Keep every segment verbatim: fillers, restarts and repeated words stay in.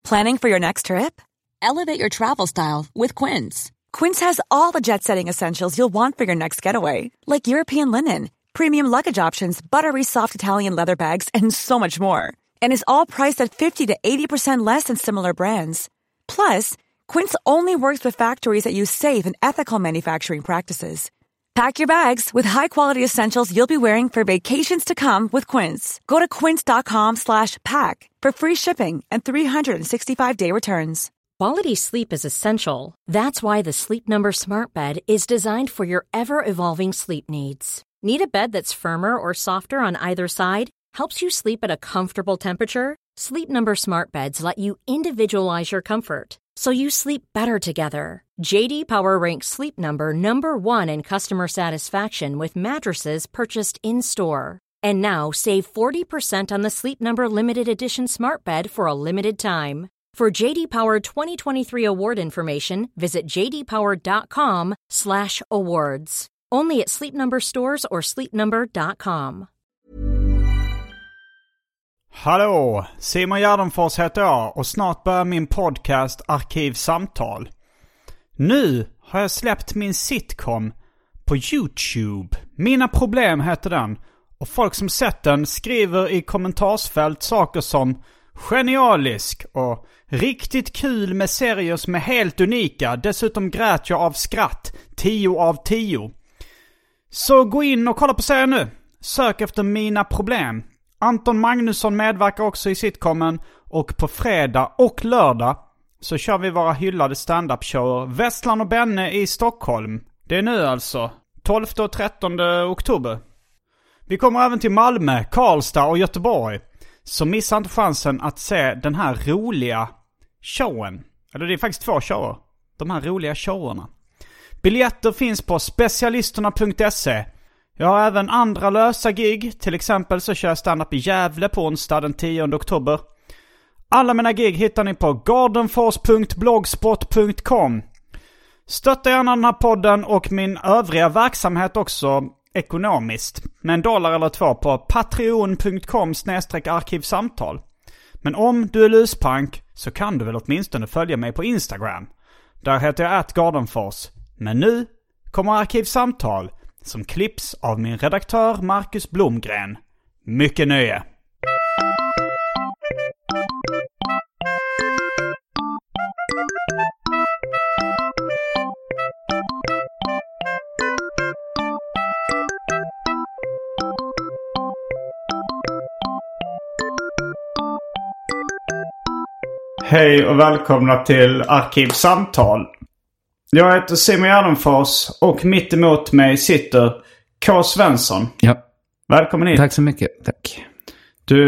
Planning for your next trip? Elevate your travel style with Quince. Quince has all the jet-setting essentials you'll want for your next getaway, like European linen, premium luggage options, buttery soft Italian leather bags, and so much more. And is all priced at fifty to eighty percent less than similar brands. Plus, Quince only works with factories that use safe and ethical manufacturing practices. Pack your bags with high-quality essentials you'll be wearing for vacations to come with Quince. Go to quince.com slash pack for free shipping and three sixty-five day returns. Quality sleep is essential. That's why the Sleep Number Smart Bed is designed for your ever-evolving sleep needs. Need a bed that's firmer or softer on either side? Helps you sleep at a comfortable temperature? Sleep Number Smart Beds let you individualize your comfort, so you sleep better together. J D Power ranks Sleep Number number one in customer satisfaction with mattresses purchased in-store. And now, save forty percent on the Sleep Number Limited Edition Smart Bed for a limited time. For J D Power twenty twenty-three award information, visit jdpower.com slash awards. Only at Sleep Number stores or sleep number dot com. Hallå, Simon Gärdenfors heter jag och snart börjar min podcast Arkivsamtal. Nu har jag släppt min sitcom på YouTube. Mina problem heter den. Och folk som sett den skriver i kommentarsfält saker som genialisk och riktigt kul med serier som är helt unika. Dessutom grät jag av skratt. tio av tio. Så gå in och kolla på serien nu. Sök efter Mina problem. Anton Magnusson medverkar också i sitcomen och på fredag och lördag så kör vi våra hyllade stand-up-shower Vestland och Benne i Stockholm. Det är nu alltså, tolfte och trettonde oktober. Vi kommer även till Malmö, Karlstad och Göteborg. Så missa inte chansen att se den här roliga showen. Eller det är faktiskt två shower. De här roliga showerna. Biljetter finns på specialisterna punkt se. Jag har även andra lösa gig. Till exempel så kör jag stand-up i Gävle på onsdag den tionde oktober. Alla mina gig hittar ni på gardenfors punkt blogspot punkt com. Stötta gärna den här podden och min övriga verksamhet också ekonomiskt. Med en dollar eller två på patreon punkt com snedstreck arkivsamtal. Men om du är luspank så kan du väl åtminstone följa mig på Instagram. Där heter jag at gardenfors. Men nu kommer Arkivsamtal som klipps av min redaktör Marcus Blomgren. Mycket nöje! Hej och välkomna till Arkivsamtal. Jag heter Simon Gärdenfors och mitt emot mig sitter K. Svensson. Ja. Välkommen hit. Tack så mycket, tack. Du,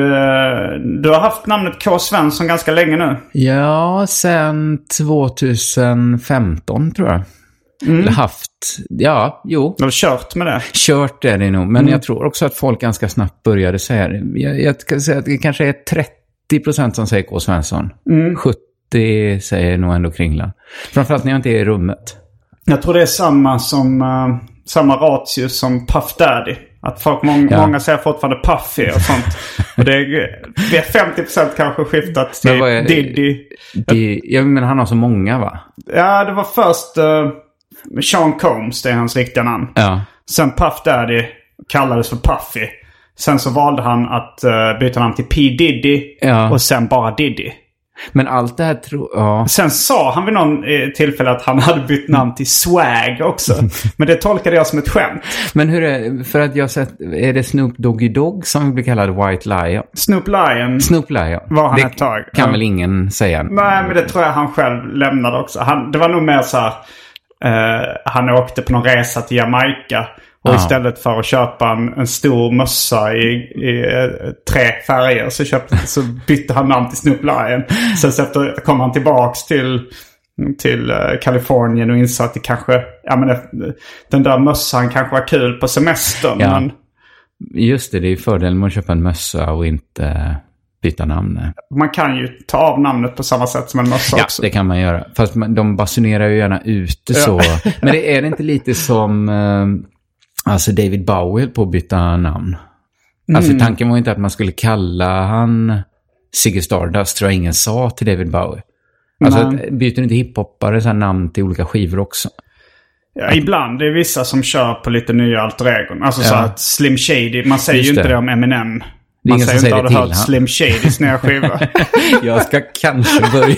du har haft namnet K. Svensson ganska länge nu. Ja, sen tjugohundrafemton tror jag. Mm. Eller haft, ja, jo. Du har kört med det? Kört är det nog, men mm. jag tror också att folk ganska snabbt började säga det. Jag, jag kan säga att det kanske är trettio procent som säger K. Svensson. Mm. sjuttio säger nog ändå Kringlan. Framförallt när jag inte är i rummet. Jag tror det är samma som uh, samma ratio som Puff Daddy. Att folk, många, ja. många säger fortfarande Puffy och sånt. Och det är femtio procent kanske skiftat till är, Diddy. Det, jag menar han har så många va? Ja, det var först uh, Sean Combs, det är hans riktiga namn. Ja. Sen Puff Daddy kallades för Puffy. Sen så valde han att uh, byta namn till P. Diddy ja. och sen bara Diddy. Men allt det här tror ja. Sen sa han vid någon tillfälle att han hade bytt namn till Swag också. Men det tolkade jag som ett skämt. Men hur är för att jag sett, är det Snoop Doggy Dogg som blir kallad White Lion? Snoop Lion. Snoop Lion. Var han det ett tag. kan ja. väl ingen säga. Nej, men det tror jag han själv lämnade också. Han, det var nog mer så här, uh, han åkte på någon resa till Jamaica. Och ja. istället för att köpa en, en stor mössa i, i tre färger så, köpte, så bytte han namn till Snoop Lion. Sen så efter kom han tillbaks till, till uh, Kalifornien och insåg att det kanske, ja men det, den där mössan kanske var kul på semestern. Ja. Men... Just det, det är fördelen med att köpa en mössa och inte byta namn. Man kan ju ta av namnet på samma sätt som en mössa ja, också. Ja, det kan man göra. Fast man, de basunerar ju gärna ut det så. Ja. Men det är det inte lite som... Uh, Alltså David Bowie på att byta namn. Mm. Alltså tanken var inte att man skulle kalla han Ziggy Stardust tror jag ingen sa till David Bowie. Alltså att, byter inte hiphoppare så här namn till olika skivor också? Ja, ibland. Det är vissa som kör på lite nya alter egon. Alltså ja. Så att Slim Shady, man säger Just ju inte det. det om Eminem. Man säger inte att du har hört Slim Shadys nya skiva. Jag ska kanske börja.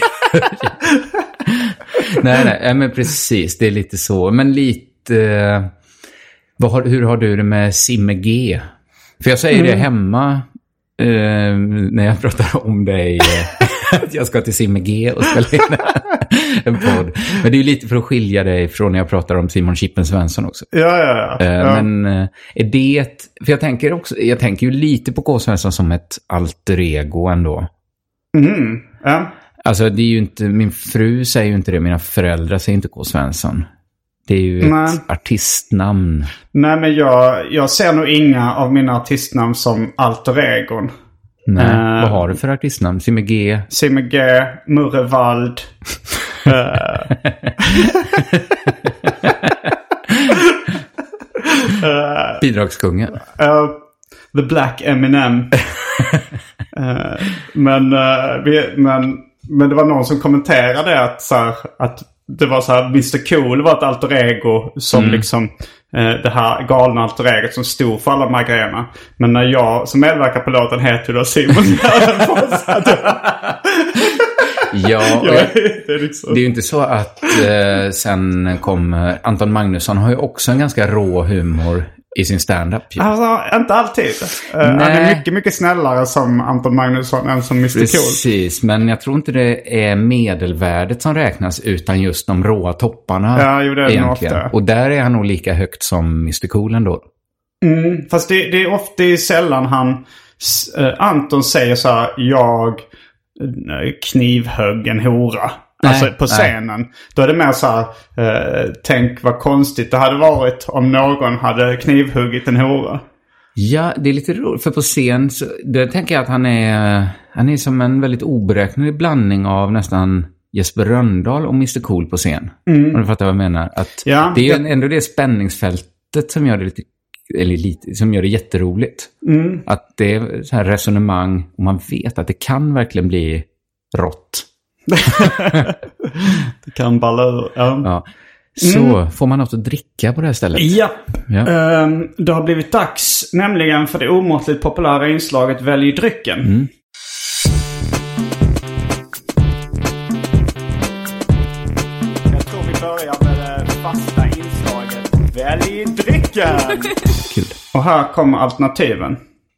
nej, nej, men precis. Det är lite så. Men lite... Uh, vad har, hur har du det med Simme G? För jag säger mm. det hemma uh, när jag pratar om dig. Att jag ska till Simme G och spela in en podd. Men det är ju lite för att skilja dig från när jag pratar om Simon Chippen Svensson också. Ja, ja, ja. Uh, ja. Men uh, är det ett... För jag tänker också... Jag tänker ju lite på K. Svensson som ett alter ego ändå. Mm, ja. Alltså det är ju inte... Min fru säger ju inte det. Mina föräldrar säger inte K. Svensson. Det är ju ett Nej. artistnamn. Nej, men jag, jag ser nog inga av mina artistnamn som alter egon. Nej, uh, vad har du för artistnamn? Simme G? Simme G, Murre Wald. uh. uh, Bidragskungen. Uh, the Black Eminem. uh, men, uh, vi, men, men det var någon som kommenterade att, så här, att det var så här, mister Cool var ett alter ego som mm. liksom eh, det här galna alter egot som stod för alla de här grejerna. Men när jag som medverkar på låten heter då Simon. Ja, det, är liksom. Det är ju inte så att eh, sen kommer Anton Magnusson har ju också en ganska rå humor i sin stand-up. Alltså, inte alltid. Uh, han är mycket, mycket snällare som Anton Magnusson än som mister Cool. Precis, men jag tror inte det är medelvärdet som räknas utan just de råa topparna. Ja, jo, det är egentligen. Ofta. Och där är han nog lika högt som mister Cool ändå. Mm, fast det, det är ofta det är sällan han... Uh, Anton säger så här, jag knivhögg en hora. Nej, alltså på scenen. Nej. Då är det mer så här, eh, tänk vad konstigt det hade varit om någon hade knivhuggit en hora. Ja, det är lite roligt. För på scen, så, där tänker jag att han är, han är som en väldigt oberäknelig blandning av nästan Jesper Rönndahl och mister Cool på scen. Mm. Om du fattar vad jag menar. Att ja, det är ju ändå det spänningsfältet som gör det lite, eller lite, som gör det jätteroligt. Mm. Att det är så här resonemang och man vet att det kan verkligen bli rått. Det kan balla ur. Ja. Ja. Så mm. får man något att dricka på det här stället? Ja. ja. Um, det har blivit dags nämligen för det omåttligt populära inslaget Välj drycken. Mm. Jag tror vi börjar med det fasta inslaget Välj drycken. Kul. Och här kommer alternativen.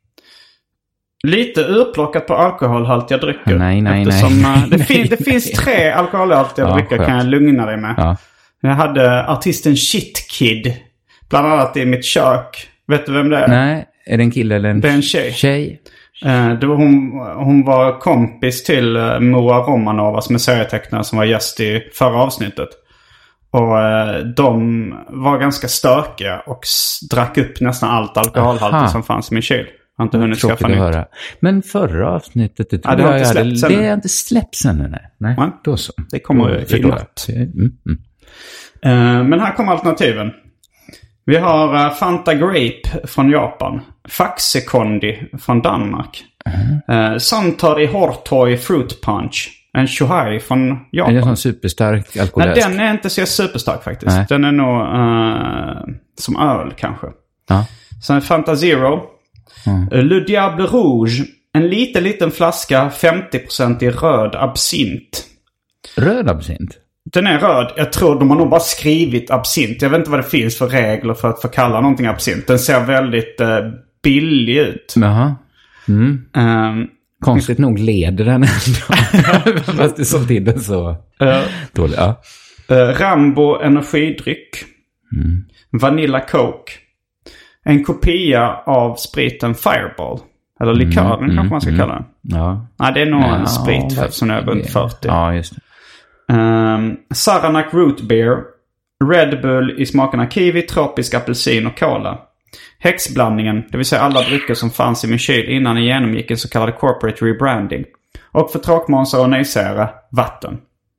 Lite urplockat på alkoholhaltiga drycker. Nej, nej, eftersom, nej. Det, fin- det finns tre alkoholhaltiga ja, drycker skönt. Kan jag lugna dig med. Ja. Jag hade artisten Shit Kid bland annat i mitt kök. Vet du vem det är? Nej, är det en kille eller en, det är en tjej? tjej. Uh, det var hon, hon var kompis till uh, Moa Romanova som är serietecknare som var gäst i förra avsnittet. Och uh, de var ganska stökiga och s- drack upp nästan allt alkoholhaltigt som fanns i min kyl. Jag har inte hunnit skaffa nytt. Höra. Men förra avsnittet, det, ja, det har inte släppts ännu. Det har inte släppts ännu, nej. Nej, ja, då så. Det kommer i natt. Mm, mm. Uh, men här kommer alternativen. Vi har uh, Fanta Grape från Japan. Faxe Kondi från Danmark. Uh-huh. Uh, Santori Hortoi Fruit Punch. En Shohai från Japan. Är det en superstark alkoholist? Nej, den är inte så superstark faktiskt. Nej. Den är nog uh, som öl kanske. Ja. Sen Fanta Zero. Mm. Le Diable Rouge. En liten, liten flaska femtio procent i röd absint. Röd absint? Den är röd. Jag tror de har nog bara skrivit absint. Jag vet inte vad det finns för regler för att få kalla någonting absint. Den ser väldigt uh, billig ut. Jaha. Mm. Um, Konstigt nog leder den ändå. Fast det såg till den så uh, dåligt. Ja. Uh, Rambo energidryck. Mm. Vanilla Coke. En kopia av spriten Fireball. Eller likören mm, kanske man ska mm, kalla den. Ja. Nej, det är nog ja, en sprit ja, som är runt fyrtio. Ja, just det. Um, Saranac Root Beer. Red Bull i smakerna kiwi, tropisk apelsin och cola. Häxblandningen, det vill säga alla drycker som fanns i min kyl innan jag genomgick en så kallad corporate rebranding. Och för tråkmånsar och nejsära, vatten.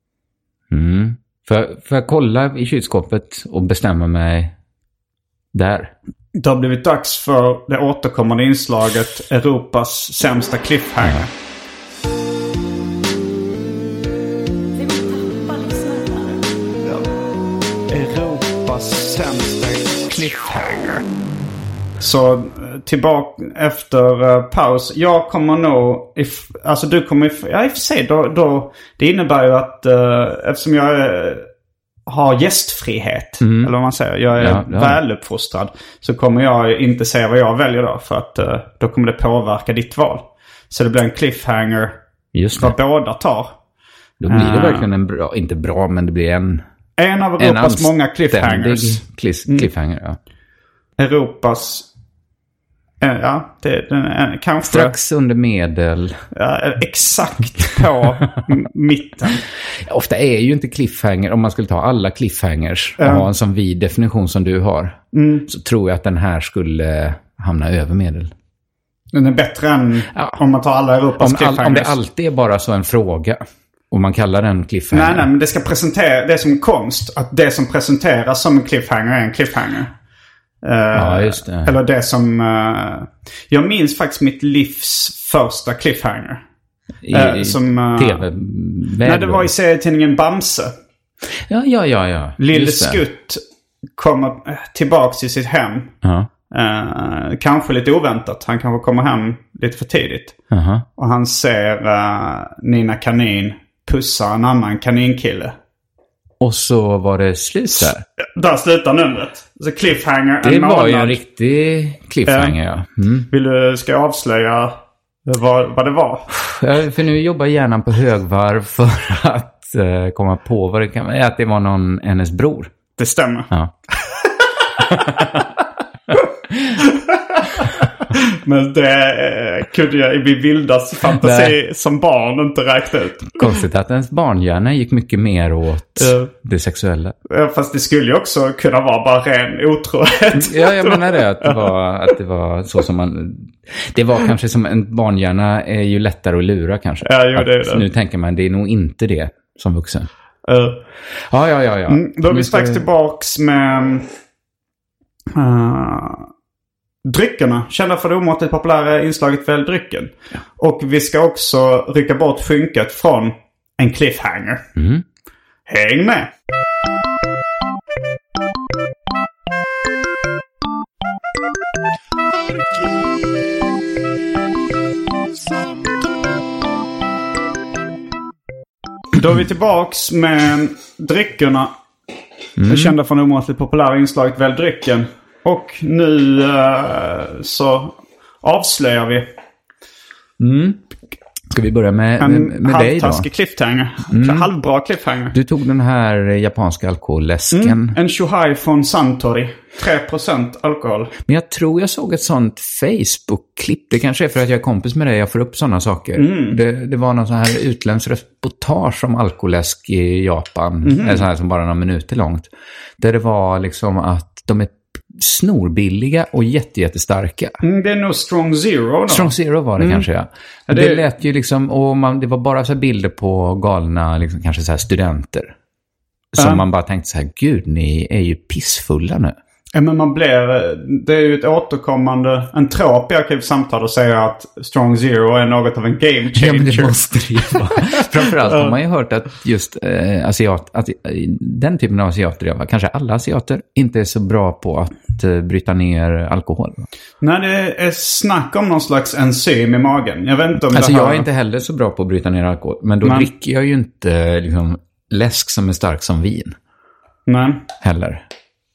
Mm. Får, får jag kolla i kylskåpet och bestämma mig där? Det har blivit dags för det återkommande inslaget Europas sämsta cliffhanger. cliffhanger. Så tillbaka efter uh, paus. Jag kommer nog... If, alltså du kommer... If, ja, i och för sig. Då, då, det innebär ju att... Uh, eftersom jag uh, har gästfrihet. Mm. Eller vad man säger. Jag är ja, ja. väluppfostrad. Så kommer jag inte säga vad jag väljer då. För att uh, då kommer det påverka ditt val. Så det blir en cliffhanger. Just det. Vad båda tar. Då blir det uh, verkligen en bra... Inte bra, men det blir en... En av Europas en många cliffhangers. Cliff, cliffhanger, mm. ja. Europas... Ja, det, det kanske... Strax under medel. Ja, exakt på mitten. Ofta är ju inte cliffhanger, om man skulle ta alla cliffhangers och mm. ha en sån vid definition som du har, mm. så tror jag att den här skulle hamna över medel. Den är bättre än ja. om man tar alla Europas om, cliffhangers. All, om det alltid är bara så en fråga och man kallar den cliffhanger. Nej, nej, men det ska presentera, det är som konst, att det som presenteras som en cliffhanger är en cliffhanger. Uh, ja, just det. Eller det som... Uh, jag minns faktiskt mitt livs första cliffhanger. I, uh, som, uh, tv? Nej, det var i serietidningen Bamse. Ja, ja, ja. ja. Lille Skutt kommer tillbaks till sitt hem. Uh-huh. Uh, kanske lite oväntat. Han kanske kommer hem lite för tidigt. Uh-huh. Och han ser uh, Nina Kanin pussa en annan kaninkille. Och så var det slut där. Där slutar numret. Så cliffhanger. Det var månad. Ju en riktig cliffhanger, ja. Mm. Vill du, ska jag avslöja vad, vad det var? Ja, för nu jobbar hjärnan på högvarv för att uh, komma på vad det kan vara. Att det var någon hennes bror. Det stämmer. Ja. Men det kunde jag i min vildaste fantasi Nej. som barn inte räkna ut. Konstigt att ens barnhjärna gick mycket mer åt uh, det sexuella. Ja, fast det skulle ju också kunna vara bara ren otrohet. Ja, jag menar det. Att det, var, att det var så som man... Det var kanske som en barnhjärna är ju lättare att lura kanske. Ja, jo, det är det. Nu tänker man, det är nog inte det som vuxen. Uh, ja, ja, ja. ja. Mm, då är vi strax tillbaks med... Uh, dryckerna, kända för det omåttligt populära inslaget Välj drycken. Ja. Och vi ska också rycka bort skynket från en cliffhanger. Mm. Häng med! Då är vi tillbaks med dryckerna. Mm. Kända för det omåttligt populära inslaget Välj drycken. Och nu uh, så avslöjar vi. Mm. Ska vi börja med, en med, med dig då? En halvtaskig cliffhanger. Mm. Halvbra cliffhanger. Du tog den här japanska alkoholläsken. Mm. En Shuhai från Suntory. tre procent alkohol. Men jag tror jag såg ett sånt Facebook-klipp. Det kanske är för att jag är kompis med dig. Jag får upp sådana saker. Mm. Det, det var någon sån här utländsk reportage om alkoläsk i Japan. Mm. Så här som bara några minuter långt. Där det var liksom att de är snorbilliga och jätte, jättestarka. Mm, det är nog Strong Zero då. Strong Zero var det mm. kanske, ja. ja det... det lät ju liksom, och man, det var bara så här bilder på galna, liksom, kanske så här studenter. Som mm. man bara tänkte så här, gud, ni är ju pissfulla nu. Ja, men man blir, det är ju ett återkommande, en trop i Arkivsamtal att säga att Strong Zero är något av en game changer. Ja, men det måste det ju vara. Framförallt har man ju hört att just eh, asiat, att den typen av asiater, kanske alla asiater, inte är så bra på att eh, bryta ner alkohol. Nej, det är snack om någon slags enzym i magen. Jag vet inte om alltså det jag här... är inte heller så bra på att bryta ner alkohol. Men då men... dricker jag ju inte liksom, läsk som är stark som vin. Nej. Heller.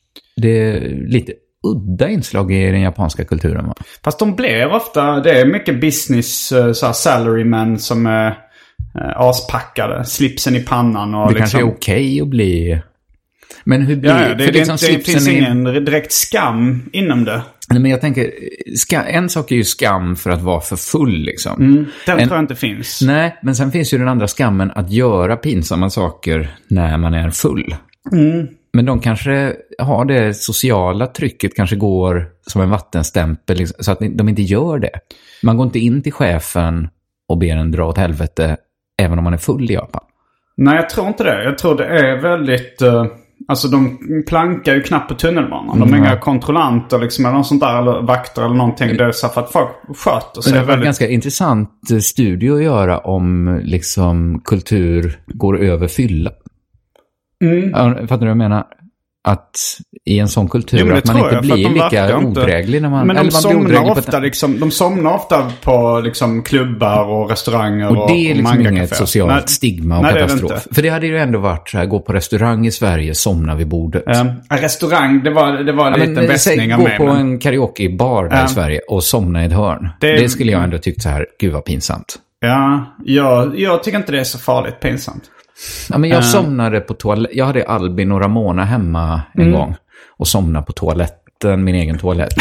Det är lite udda inslag i den japanska kulturen, va? Fast de blir ofta, det är mycket business, så här salarymen som är äh, aspackade, slipsen i pannan och det liksom... kanske är okej att bli... Men hur blir... Ja, det, för det, liksom det, det finns i... ingen direkt skam inom det. Nej, men jag tänker, ska, en sak är ju skam för att vara för full liksom. Mm, den en, tror jag inte finns. Nej, men sen finns ju den andra skammen att göra pinsamma saker när man är full. Mm. Men de kanske har det sociala trycket, kanske går som en vattenstämpel liksom, så att de inte gör det. Man går inte in till chefen och ber en dra åt helvete även om man är full i Japan. Nej, jag tror inte det. Jag tror det är väldigt... Uh, alltså de plankar ju knappt på tunnelbanan. De är mm. inga kontrollanter liksom, eller något sånt där, eller vakter eller någonting. Det är så för att folk sköter sig. Det var väldigt... en ganska intressant studie att göra om liksom kultur går över fylla. Mm. Fattar du vad jag menar? Att i en sån kultur jo, att man inte jag, blir lika odräglig när man... Men de, eller man somnar på ofta, liksom, de somnar ofta på liksom, klubbar och restauranger och Och det är liksom inget socialt nej, stigma och nej, katastrof. Det För det hade ju ändå varit så här, gå på restaurang i Sverige, somna vid bordet. Um, en restaurang, det var, det var en ja, liten västning av mig. Gå på men... en karaokebar där um, i Sverige och somna i ett hörn. Det, det skulle jag ändå tyckt så här, gud vad pinsamt. Ja, jag, jag tycker inte det är så farligt pinsamt. Ja, men jag uh. somnade på toalett. Jag hade Albin och Ramona hemma en mm. gång. Och somna på toaletten, min egen toalett.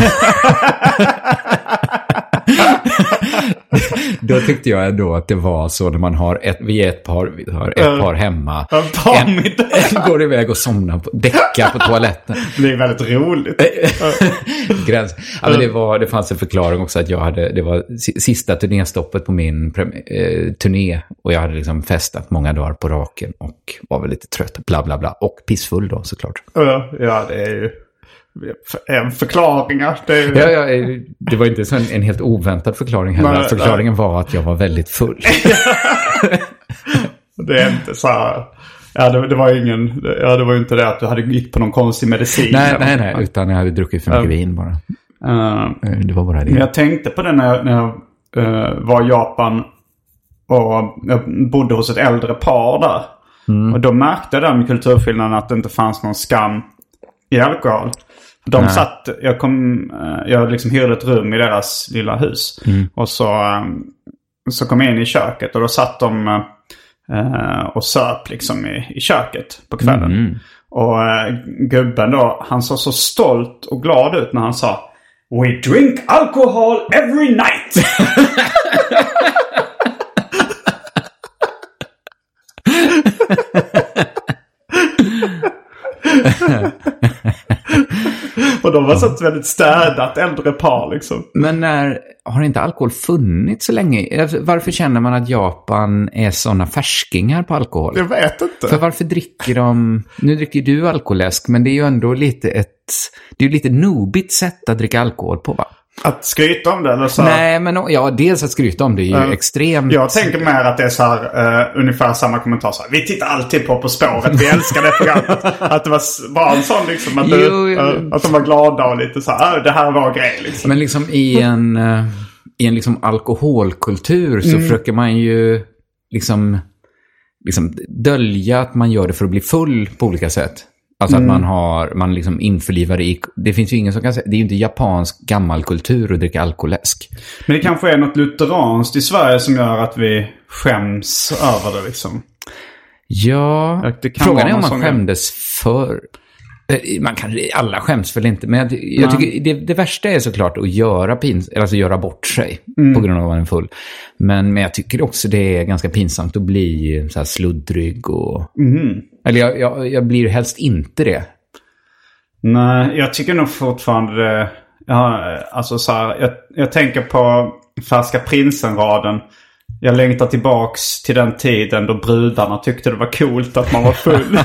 Då tyckte jag ändå att det var så när man har ett, vi är ett par, vi har ett uh, par hemma. En, en går iväg och somnar på, däckar på toaletten. Det är väldigt roligt. Gräns. Ja, men det, var, det fanns en förklaring också att jag hade, det var sista turnéstoppet på min eh, turné. Och jag hade liksom festat många dagar på raken och var väl lite trött, bla bla bla. Och pissfull då såklart. Uh, ja, det är ju... En förklaringar. Det, är... ja, ja, det var inte så en, en helt oväntad förklaring heller. Nej, förklaringen nej. var att jag var väldigt full. Det är inte så här... Ja, det, det var ingen... Ja, det var ju inte det att du hade gick på någon konstig medicin. Nej, nej, nej. Utan jag hade druckit för mycket uh, vin bara. Uh, det var bara det. Men jag tänkte på det när jag, när jag uh, var i Japan och jag bodde hos ett äldre par där. Mm. Och då märkte jag den kulturskillnaden att det inte fanns någon skam i alkohol. De Nej. satt, jag kom, jag liksom hyrde ett rum i deras lilla hus. Mm. Och så, så kom jag in i köket och då satt de uh, och söp liksom i, i köket på kvällen. Mm. Och uh, gubben då, han såg så stolt och glad ut när han sa "We drink alcohol every night." Och de var så ett väldigt städat äldre par liksom. Men när, har inte alkohol funnits så länge? Varför känner man att Japan är såna färskingar på alkohol? Jag vet inte. För varför dricker de... Nu dricker du alkoläsk, men det är ju ändå lite ett... Det är ju lite nobigt sätt att dricka alkohol på, va? Att skryta om det eller så? Nej, men ja, dels att skryta om det är ju uh, extremt... Jag tänker mer att det är så här, uh, ungefär samma kommentar så här, vi tittar alltid på På spåret, vi älskar det programmet. Att det var bara en sån liksom, att, du, jo, uh, att de var glada och lite så här, uh, det här var grej liksom. Men liksom i en, uh, i en liksom alkoholkultur så mm. försöker man ju liksom, liksom dölja att man gör det för att bli full på olika sätt. Alltså mm. att man har, man liksom införlivar i, det finns ju ingen som kan säga, det är ju inte japansk gammal kultur att dricka alkoläsk. Men det kanske är något lutheranskt i Sverige som gör att vi skäms över det liksom. Ja, frågan är om man skämdes för, man kan, alla skäms väl inte, men jag, jag tycker det, det värsta är såklart att göra pins, alltså göra bort sig mm. på grund av att man är full. Men, men jag tycker också det är ganska pinsamt att bli så här sluddrig och... Mm. Eller jag, jag, jag blir helst inte det. Nej, jag tycker nog fortfarande det... Ja, alltså så här, jag, jag tänker på Färska prinsen-raden. Jag längtar tillbaks till den tiden då brudarna tyckte det var coolt att man var full.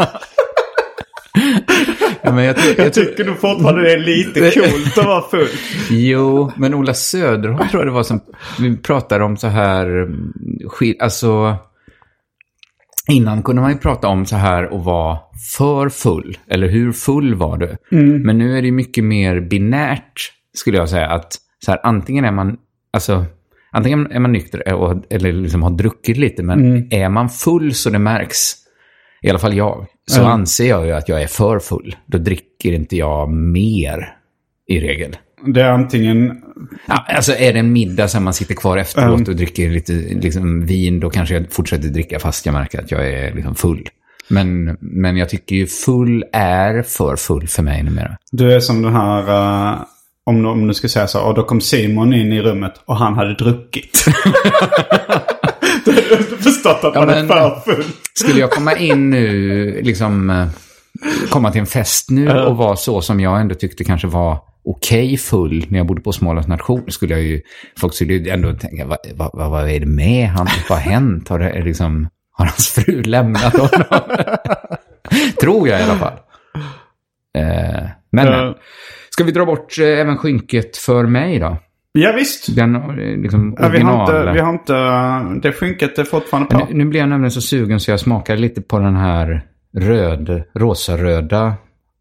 Ja, men jag, jag, jag tycker nog fortfarande det är lite coolt att vara full. Jo, men Ola Söderholm tror jag det var som... Vi pratade om så här... Alltså... Innan kunde man ju prata om så här och vara för full. Eller hur full var du? Mm. Men nu är det mycket mer binärt, skulle jag säga. Att så här, antingen är man... Alltså, antingen är man nykter och, eller liksom har druckit lite. Men mm. är man full så det märks. I alla fall jag. Så mm. anser jag ju att jag är för full. Då dricker inte jag mer i regel. Det är antingen... Ja, alltså är det en middag som man sitter kvar efteråt mm. och dricker lite liksom, vin, då kanske jag fortsätter dricka fast jag märker att jag är liksom full. Men, men jag tycker ju full är för full för mig numera. Du är som den här, uh, om, om du ska säga så, och då kom Simon in i rummet och han hade druckit. Du har förstått att man ja, är för full. Skulle jag komma in nu, liksom komma till en fest nu uh. och vara så som jag ändå tyckte kanske var okej full när jag bodde på Smålands nation, skulle jag ju, folk skulle ju ändå tänka, vad, vad, vad är det med han? Vad har hänt? Har, det, liksom, har hans fru lämnat honom? Tror jag i alla fall. Eh, men uh. ska vi dra bort eh, även skynket för mig då? Ja visst. Den liksom ja, vi har inte, vi har inte, det skynket är fortfarande på. Nu, nu blir jag nämligen så sugen så jag smakar lite på den här röd, rosa-röda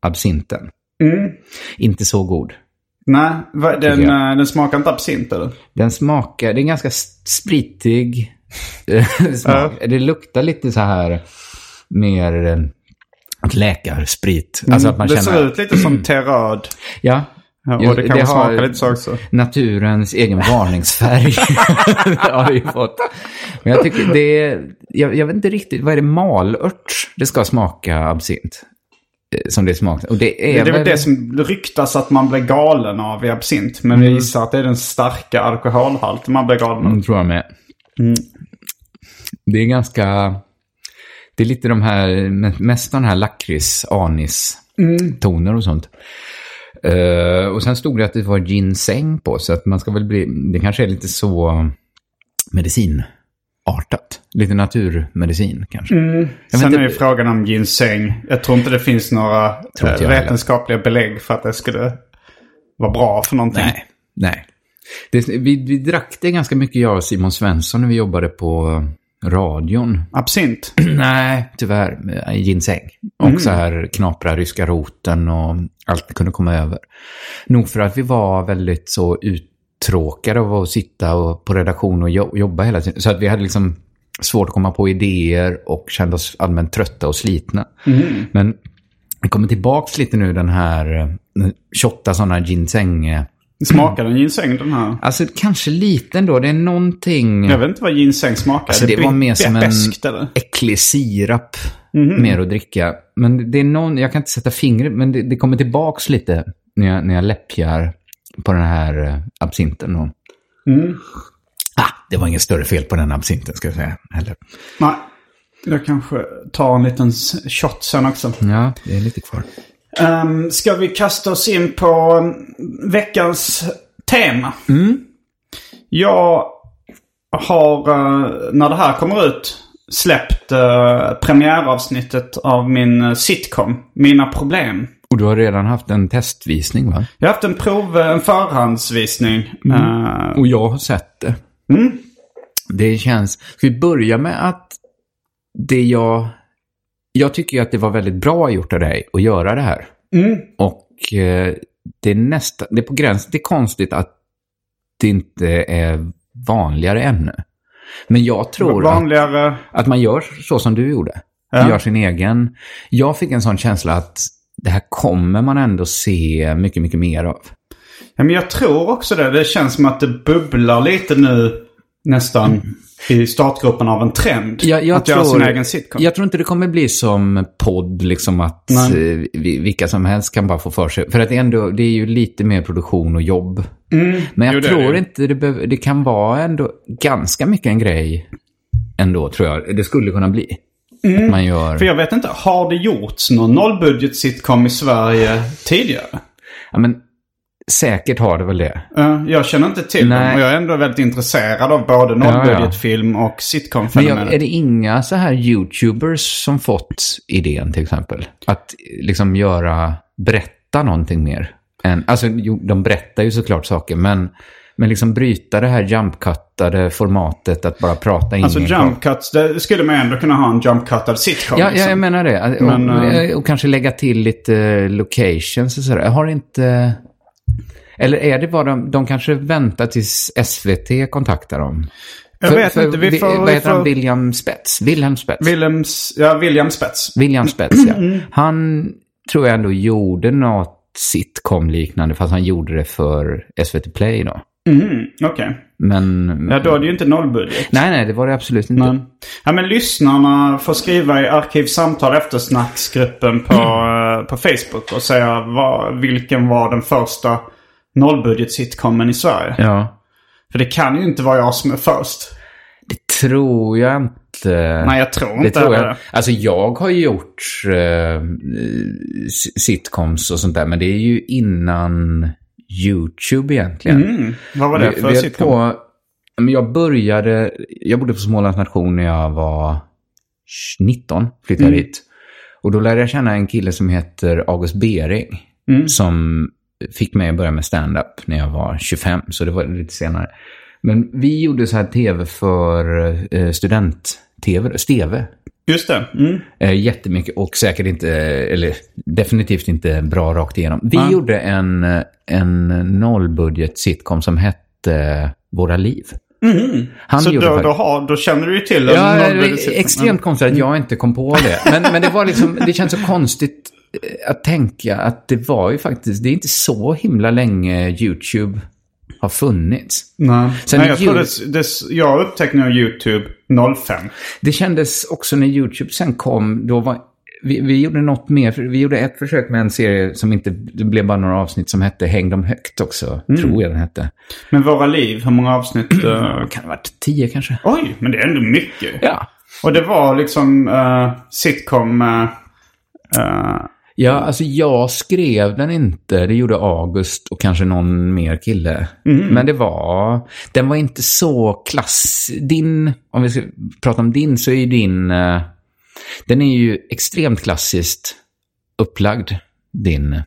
absinten. Mm. Inte så god. Nej, den, den smakar inte absint eller? Den smakar, det är ganska spritig smak. Ja. Det luktar lite så här mer läkarsprit. Mm. Alltså att man det känner... ser ut lite som terröd. Ja. Ja, och det kan det smaka lite så också. Naturens egen varningsfärg har vi fått. Men jag tycker det är, jag, jag vet inte riktigt, vad är det, malört? Det ska smaka absint. Som det smakar. Och det är, det är väl väl det som ryktas att man blir galen av i absint. Men mm. vi gissar att det är den starka alkoholhalten man blir galen av. Mm, tror jag med. Mm. Det är ganska... Det är lite de här, mest den här lakrits, anis, mm. toner och sånt. Uh, och sen stod det att det var ginseng på, så att man ska väl bli, det kanske är lite så medicinartat. Lite naturmedicin kanske. Mm. Sen är ju frågan om ginseng. Jag tror inte det finns några äh, vetenskapliga belägg för att det skulle vara bra för någonting. Nej, nej. Det, vi, vi drack det ganska mycket, jag och Simon Svensson, när vi jobbade på radion. Absint? Nej, tyvärr. Ginseng. Och mm. så här knapra ryska roten och allt kunde komma över. Nog för att vi var väldigt så uttråkade av att sitta och på redaktion och jobba hela tiden. Så att vi hade liksom svårt att komma på idéer och kände oss allmänt trötta och slitna. Mm. Men vi kommer tillbaka lite nu, den här tjotta sådana ginseng. Smakar den ginseng den här? Alltså kanske lite ändå. Det är någonting... Jag vet inte vad ginseng smakar. Alltså, det, det var mer som bäst, en eller? äcklig sirap. Mm-hmm. Mer att dricka. Men det är någon... Jag kan inte sätta fingret, men det, det kommer tillbaks lite när jag, när jag läppjar på den här uh, absinten. Och... Mm. Ah, det var inget större fel på den absinten, ska jag säga. Heller. Nej, jag kanske tar en liten shot sen också. Ja, det är lite kvar. Um, ska vi kasta oss in på veckans tema? Mm. Jag har, uh, när det här kommer ut, släppt uh, premiäravsnittet av min uh, sitcom, Mina problem. Och du har redan haft en testvisning, va? Jag har haft en prov, en förhandsvisning. Mm. Uh, Och jag har sett det. Mm. Det känns... Ska vi börja med att det jag... Jag tycker ju att det var väldigt bra gjort av dig att göra det här. Mm. Och eh, det är nästan, det är på gränsen, det är konstigt att det inte är vanligare ännu. Men jag tror vanligare... att, att man gör så som du gjorde. Man ja. gör sin egen. Jag fick en sån känsla att det här kommer man ändå se mycket, mycket mer av. Ja, men jag tror också det. Det känns som att det bubblar lite nu nästan... Mm. I startgruppen av en trend ja, jag att tror, göra sin egen sitcom. Jag tror inte det kommer bli som podd, liksom att eh, vilka som helst kan bara få för sig. För att det, ändå, det är ju lite mer produktion och jobb. Mm. Men jag jo, tror det inte det, behöver, det kan vara ändå ganska mycket en grej ändå, tror jag. Det skulle kunna bli. Mm. Att man gör... För jag vet inte, har det gjorts någon nollbudget sitcom i Sverige tidigare? Ja, men säkert har det väl det. Uh, jag känner inte till Nej. dem. Och jag är ändå väldigt intresserad av både nollbudgetfilm ja, ja. och sitcom-fenomenet. Men jag, är det inga så här YouTubers som fått idén till exempel? Att liksom göra, berätta någonting mer? Än, alltså de berättar ju såklart saker, men, men liksom bryta det här jump-cuttade formatet att bara prata in. Alltså jump-cuts, det skulle man ändå kunna ha en jump-cuttad sitcom. Ja, liksom. ja, jag menar det. Men, och, uh... och kanske lägga till lite locations och sådär. Jag har inte... Eller är det bara de, de kanske väntar tills S V T kontaktar dem? Jag för, vet för, inte. Vi får, vad heter får... han? William Spets? William Spets. Williams, ja, William Spets. William Spets, ja. Mm. Han tror jag ändå gjorde något sitcom-liknande, fast han gjorde det för S V T Play då. Mm, okej. Okay. Men... Ja, då är det ju inte nollbudget. Nej, nej, det var det absolut inte. Men, ja, men lyssnarna får skriva i Arkivsamtal eftersnacksgruppen på, mm. på Facebook och säga vad, vilken var den första nollbudget-sitcomen i Sverige. Ja. För det kan ju inte vara jag som är först. Det tror jag inte. Nej, jag tror inte det. Tror jag. Alltså jag har gjort uh, sitcoms och sånt där, men det är ju innan YouTube egentligen. Mm. Vad var det för vi, sitcom? På, men jag började, jag bodde på Smålands nation när jag var nitton, flyttade mm. dit. Och då lärde jag känna en kille som heter August Bering, mm. som fick mig att börja med stand-up när jag var tjugofem, så det var lite senare. Men vi gjorde så här tv för eh, student tv, Steve. Just det. Mm. Eh, jättemycket och säkert inte, eller definitivt inte bra rakt igenom. Vi mm. gjorde en, en nollbudget sitcom som hette Våra liv. Mm. Han så då, då, har, då känner du ju till en ja, extremt konstigt att jag inte kom på det. Men, men det var liksom, det känns så konstigt att tänka att det var ju faktiskt, det är inte så himla länge YouTube har funnits. Nej, Sen Nej jag tror det, det, jag upptäckte nog YouTube noll fem. Det kändes också när YouTube sen kom, då var vi, vi gjorde något mer, vi gjorde ett försök med en serie som inte, det blev bara några avsnitt som hette Häng dem högt också, mm. tror jag den hette. Men Våra liv, hur många avsnitt? Uh... kan det ha varit tio kanske? Oj, men det är ändå mycket. Ja. Och det var liksom uh, sitcom... Uh, uh... Ja, alltså jag skrev den inte. Det gjorde August och kanske någon mer kille. Mm. Men det var... Den var inte så klass... Din... Om vi ska prata om din så är ju din... Uh, den är ju extremt klassiskt upplagd. Din...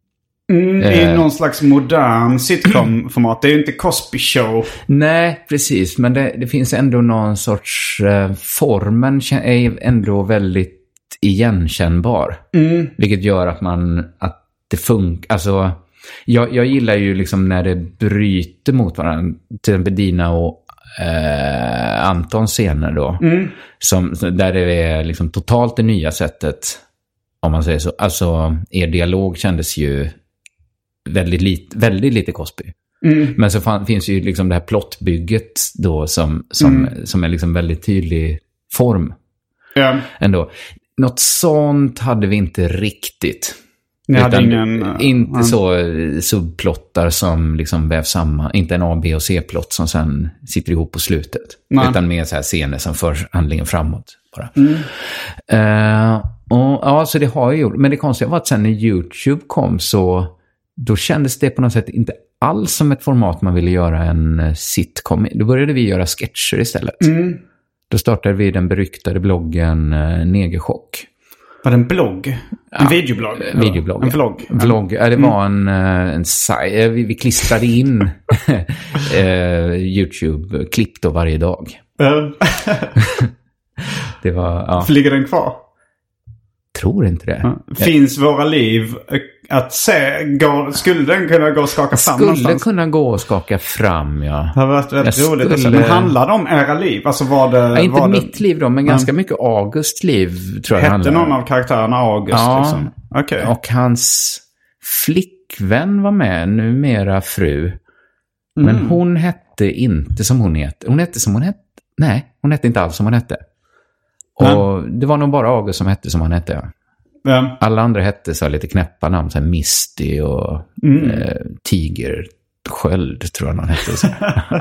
Mm, I uh, någon slags modern sitcom-format. Det är ju inte Cosby Show. Nej, precis. Men det, det finns ändå någon sorts... Uh, formen är ändå väldigt igenkännbar. Mm. Vilket gör att man att det funkar. Alltså jag, jag gillar ju liksom när det bryter mot varandra. Till exempel Dina och eh, Antons scener då. Mm. Som, där det är liksom totalt det nya sättet. Om man säger så. Alltså er dialog kändes ju väldigt lite, väldigt lite Cosby. Mm. Men så fan, finns ju liksom det här plottbygget då som, som, mm. som är liksom väldigt tydlig form. Ja. Ändå. Något sånt hade vi inte riktigt. Ni hade ingen, inte uh, så subplottar som liksom vävs samman. Inte en A, B och C-plott som sen sitter ihop på slutet. Nej. Utan mer så här scener som för handlingen framåt. Bara. Mm. Uh, och, ja, så det har jag gjort. Men det konstiga var att sen när YouTube kom så då kändes det på något sätt inte alls som ett format man ville göra en sitcom. Då började vi göra sketcher istället. Mm. Då startade vi den beryktade bloggen eh, Negerchock. Var det en blogg? En ja, videoblogg? Videoblogg. En vlogg? Vlogg. Ja, det var en, en saj. Vi, vi klistrade in eh, YouTube-klipp då varje dag. Det var, ja. Ligger den kvar? Tror inte det. Ja. Finns Våra liv att se? Går, skulle den kunna gå och skaka fram skulle någonstans? Skulle kunna gå och skaka fram, ja. Det har varit väldigt jag roligt. Skulle... Men handlade om era liv? Alltså var det, ja, inte var mitt det... liv då, men ganska mycket Augusts liv tror jag. Hette handlade. någon av karaktärerna August? Ja, liksom. Okay. Och hans flickvän var med, numera fru. Mm. Men hon hette inte som hon hette. Hon hette som hon hette. Nej, hon hette inte alls som hon hette. Och mm. det var nog bara August som hette som han hette, ja. Mm. Alla andra hette så lite knäppa namn, så här Misty och mm. eh, Tiger Sköld tror jag någon hette. Så.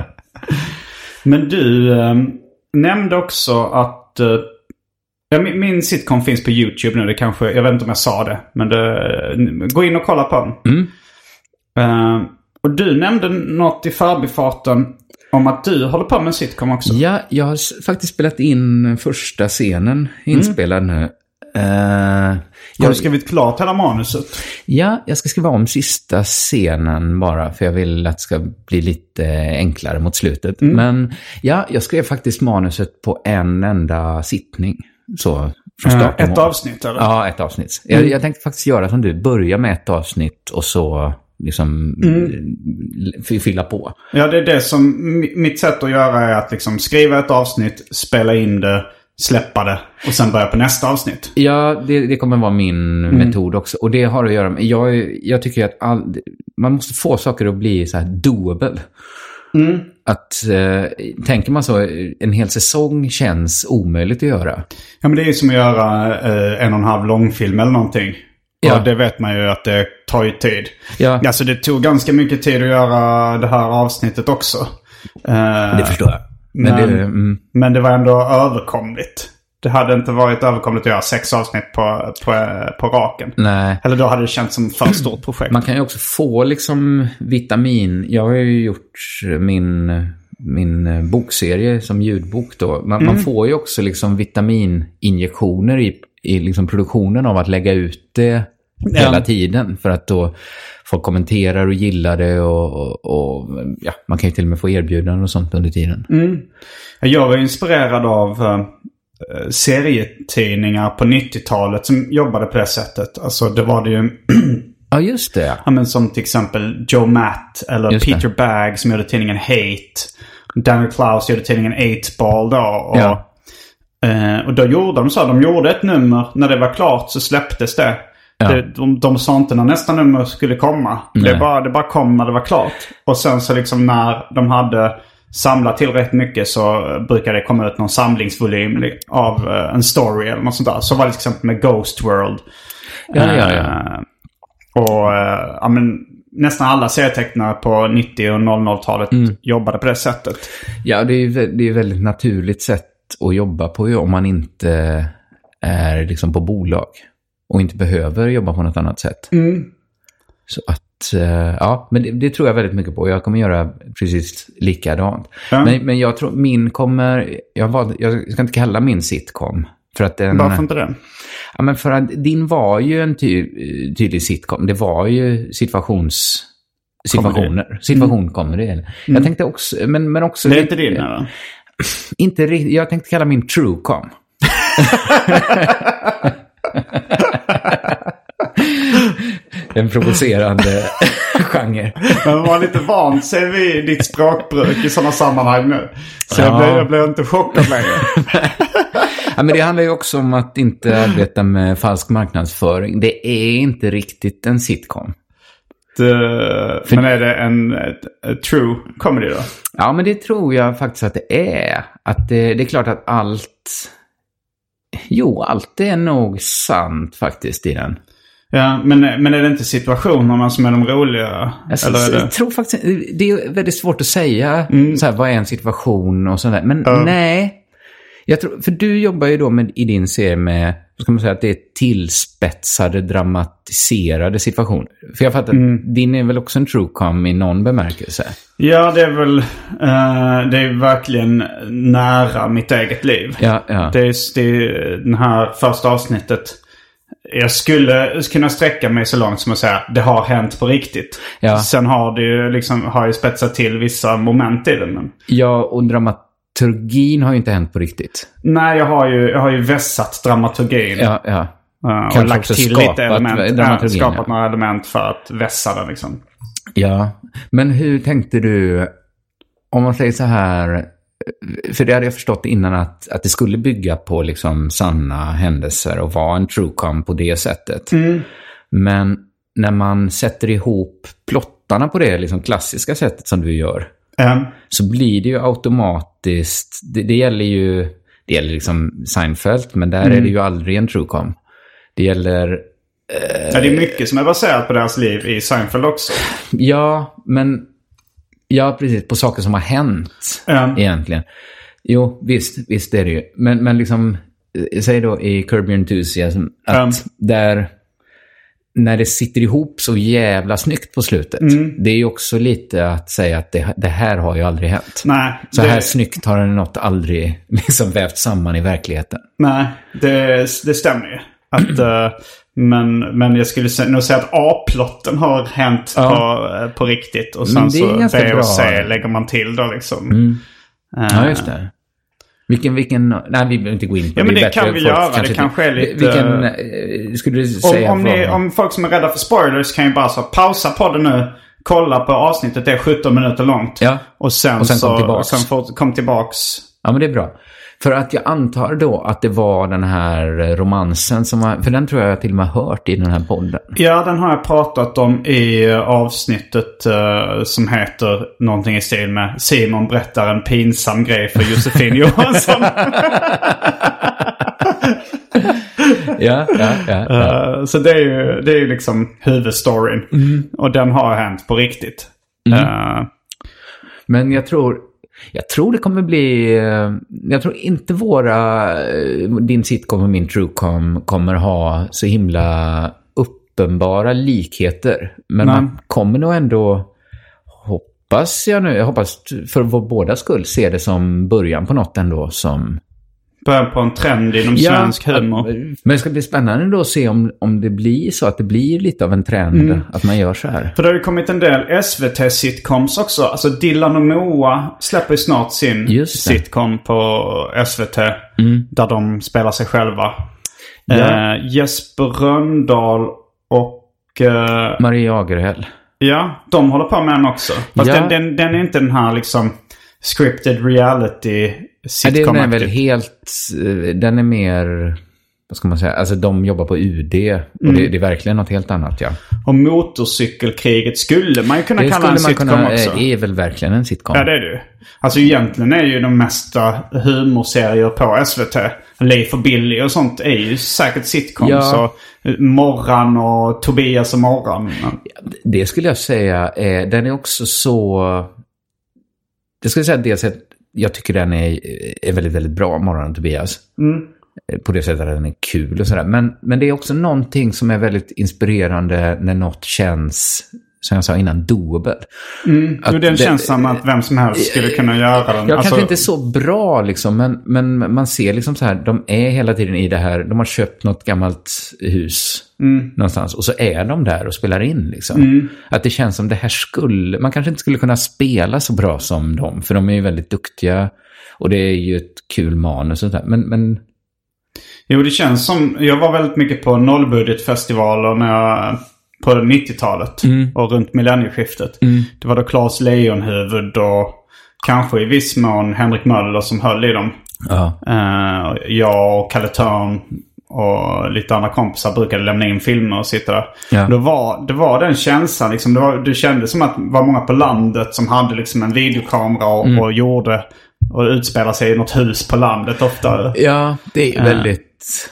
Men du eh, nämnde också att eh, ja, min, min sitcom finns på YouTube nu. Det kanske, jag vet inte om jag sa det, men det, gå in och kolla på den. Mm. Eh, och du nämnde något i förbifarten om att du håller på med en sitcom också. Ja, jag har faktiskt spelat in första scenen inspelad mm. nu. Uh, har jag, du skrivit klart hela manuset? Ja, jag ska skriva om sista scenen bara. För jag vill att det ska bli lite enklare mot slutet. Mm. Men ja, jag skrev faktiskt manuset på en enda sittning. Så från starten. Uh, ett avsnitt eller? Ja, ett avsnitt. Mm. Jag, jag tänkte faktiskt göra som du. Börja med ett avsnitt och så liksom mm. fylla på. Ja, det är det som mitt sätt att göra är att liksom skriva ett avsnitt, spela in det, släppa det och sen börja på nästa avsnitt. Ja, det, det kommer vara min mm. metod också. Och det har att göra med, jag, jag tycker att all, man måste få saker att bli så här doable. Mm. Att eh, tänker man så, en hel säsong känns omöjligt att göra. Ja, men det är ju som att göra eh, en och en halv långfilm eller någonting. Ja, det vet man ju att det tar ju tid. Ja. Alltså det tog ganska mycket tid att göra det här avsnittet också. Det förstår jag. Men, men, det, mm. men det var ändå överkomligt. Det hade inte varit överkomligt att göra sex avsnitt på, på, på raken. Nej. Eller då hade det känts som för stort projekt. Man kan ju också få liksom vitamin. Jag har ju gjort min, min bokserie som ljudbok då. Man, mm. man får ju också liksom vitamininjektioner i i liksom produktionen av att lägga ut det ja. hela tiden. För att då folk kommenterar och gillar det och, och, och ja, man kan ju till och med få erbjudanden och sånt under tiden. Mm. Jag var inspirerad av uh, serietidningar på nittiotalet som jobbade på det sättet. Alltså det var det ju... Ja, just det. Ja, men som till exempel Joe Matt eller just Peter det. Bagg som gjorde tidningen Hate. Daniel Klaus gjorde tidningen eight ball då. Och, Ja. uh, och då gjorde de så. De gjorde ett nummer. När det var klart så släpptes det. Ja. Det, de, de sa inte när nästa nummer skulle komma. Det bara, det bara kom när det var klart. Och sen så liksom när de hade samlat tillräckligt mycket så brukade det komma ut någon samlingsvolym av uh, en story eller något sånt där. Så var det till exempel med Ghost World. Ja, ja, ja. Uh, och uh, ja, men, nästan alla serietecknare på nittio- och noll noll-talet mm. jobbade på det sättet. Ja, det är ju det är väldigt naturligt sätt att jobba på ju, om man inte är liksom på bolag. Och inte behöver jobba på något annat sätt. Mm. Så att, uh, ja, men det, det tror jag väldigt mycket på. Jag kommer göra precis likadant. Ja. Men, men jag tror min kommer, jag, var, jag ska inte kalla min sitcom. För att den, Varför inte det? Ja, men för att din var ju en ty, tydlig sitcom. Det var ju situations... Situationer. Comedy. Situation mm. kommer det. Mm. Jag tänkte också... Men, men också det är inte din, eller? Inte riktigt. Jag tänkte kalla min truecom. En provocerande genre. Man var lite van sig vid ditt språkbruk i sådana sammanhang nu. Så ja. jag, blev, jag blev inte chockad längre. Ja, men det handlar ju också om att inte arbeta med falsk marknadsföring. Det är inte riktigt en sitcom. Det, men är det en ett, ett true comedy då? Ja, men det tror jag faktiskt att det är. Att det, det är klart att allt... Jo, allt är nog sant faktiskt i den. Ja, men, men är det inte situationerna som är de roliga? Alltså, eller är det... Jag tror faktiskt... Det är väldigt svårt att säga mm. så här, vad är en situation och sådär. Men uh. nej... Jag tror, för du jobbar ju då med, i din serie med, ska man säga, att det är tillspetsade, dramatiserade situationer. För jag fattar, mm. din är väl också en truecom i någon bemärkelse? Ja, det är väl, uh, det är verkligen nära mitt eget liv. Ja, ja. Det är, det är den här första avsnittet. Jag skulle kunna sträcka mig så långt som att säga det har hänt på riktigt. Ja. Sen har det ju liksom, har ju spetsat till vissa moment i den. Men... Ja, och dramat dramaturgin har ju inte hänt på riktigt. Nej, jag har ju, jag har ju vässat dramaturgin. Ja, ja. Uh, och lagt till lite element. Äh, skapat ja. några element för att vässa den liksom. Ja, men hur tänkte du, om man säger så här, för det hade jag förstått innan att, att det skulle bygga på liksom sanna händelser och vara en truecom på det sättet. Mm. Men när man sätter ihop plottarna på det liksom klassiska sättet som du gör, Mm. så blir det ju automatiskt, det, det gäller ju, det gäller liksom Seinfeld, men där mm. är det ju aldrig en truecom. Det gäller... Eh, ja, det är mycket som är baserat på deras liv i Seinfeld också. Ja, men... Ja, precis, på saker som har hänt mm. egentligen. Jo, visst, visst är det ju. Men, men liksom, säg då i Curb Your Enthusiasm, att mm. där... När det sitter ihop så jävla snyggt på slutet. Mm. Det är ju också lite att säga att det, det här har ju aldrig hänt. Nej, så det... här snyggt har det något aldrig liksom vävt samman i verkligheten. Nej, det, det stämmer ju. Att, uh, men, men jag skulle sä- nog säga att A-plotten har hänt ja. på, på riktigt. Och sen så B och C lägger man till då liksom. Mm. Uh, ja, just det. Vilken, vilken, nej vi behöver inte gå in på ja, men det. Det kan vi göra, kanske det kanske är lite... Vilken, skulle du säga... Om, om, ni, om folk som är rädda för spoilers kan ju bara så pausa podden nu, kolla på avsnittet, det är sjutton minuter långt. Ja. Och sen, och sen så, kom tillbaks. Och sen får, kom tillbaks. Ja, men det är bra. För att jag antar då att det var den här romansen som var, för den tror jag till och med hört i den här podden. Ja, den har jag pratat om i avsnittet uh, som heter någonting i stil med Simon berättar en pinsam grej för Josefin Johansson. ja, ja, ja, ja. Uh, så det är ju, det är ju liksom huvudstoryn. Mm. Och den har hänt på riktigt. Mm. Uh, Men jag tror... Jag tror det kommer bli... Jag tror inte våra... Din sitcom och min truecom kommer ha så himla uppenbara likheter. Men Nej. man kommer nog ändå... Hoppas jag nu... Jag hoppas för vår båda skull se det som början på något ändå som... början på en trend inom ja, svensk humor. Men det ska bli spännande då att se om, om det blir så att det blir lite av en trend mm. att man gör så här. För det har ju kommit en del S V T-sitcoms också. Alltså Dylan och Moa släpper ju snart sin sitcom på S V T. Mm. Där de spelar sig själva. Ja. Eh, Jesper Röndahl och... Eh, Marie Jagerhäll. Ja, de håller på med den också. Fast ja. den, den, den är inte den här liksom scripted reality sitcom. Ja, den är väl helt... Den är mer... Vad ska man säga? Alltså de jobbar på U D. Och mm. det, det är verkligen något helt annat, ja. Och motorcykelkriget skulle man ju kunna det kalla en sitcom kunna, också. Det är väl verkligen en sitcom. Ja, det är det. Alltså egentligen är ju de mesta humorserier på S V T. Leif och Billy och sånt är ju säkert sitcoms. Ja. Så Morran och Tobias och Morran. Det skulle jag säga. Är, den är också så... Det skulle jag säga dels att jag tycker den är, är väldigt, väldigt bra, Morran och Tobias. Mm. På det sättet att den är kul och sådär. Men, men det är också någonting som är väldigt inspirerande när något känns, som jag sa innan, doable. Mm. Att den det, känns som att vem som helst skulle kunna göra den. Jag alltså... kanske inte så bra liksom, men, men man ser liksom så här, de är hela tiden i det här, de har köpt något gammalt hus mm. någonstans och så är de där och spelar in liksom. Mm. Att det känns som det här skulle, man kanske inte skulle kunna spela så bra som dem, för de är ju väldigt duktiga och det är ju ett kul manus och sånt där. Men, men jo, det känns som... Jag var väldigt mycket på nollbudgetfestivaler när jag, på nittiotalet mm. och runt millennieskiftet. Mm. Det var då Claes Leonhuvud och kanske i viss mån Henrik Möller som höll i dem. Ja. Uh, jag och Kalle Törn och lite andra kompisar brukade lämna in filmer och sitta där. Ja. Då var, det var den känslan. Liksom, det, var, det kändes som att det var många på landet som hade liksom en videokamera och, mm. och gjorde... Och utspela sig i något hus på landet ofta. Ja, det är väldigt uh.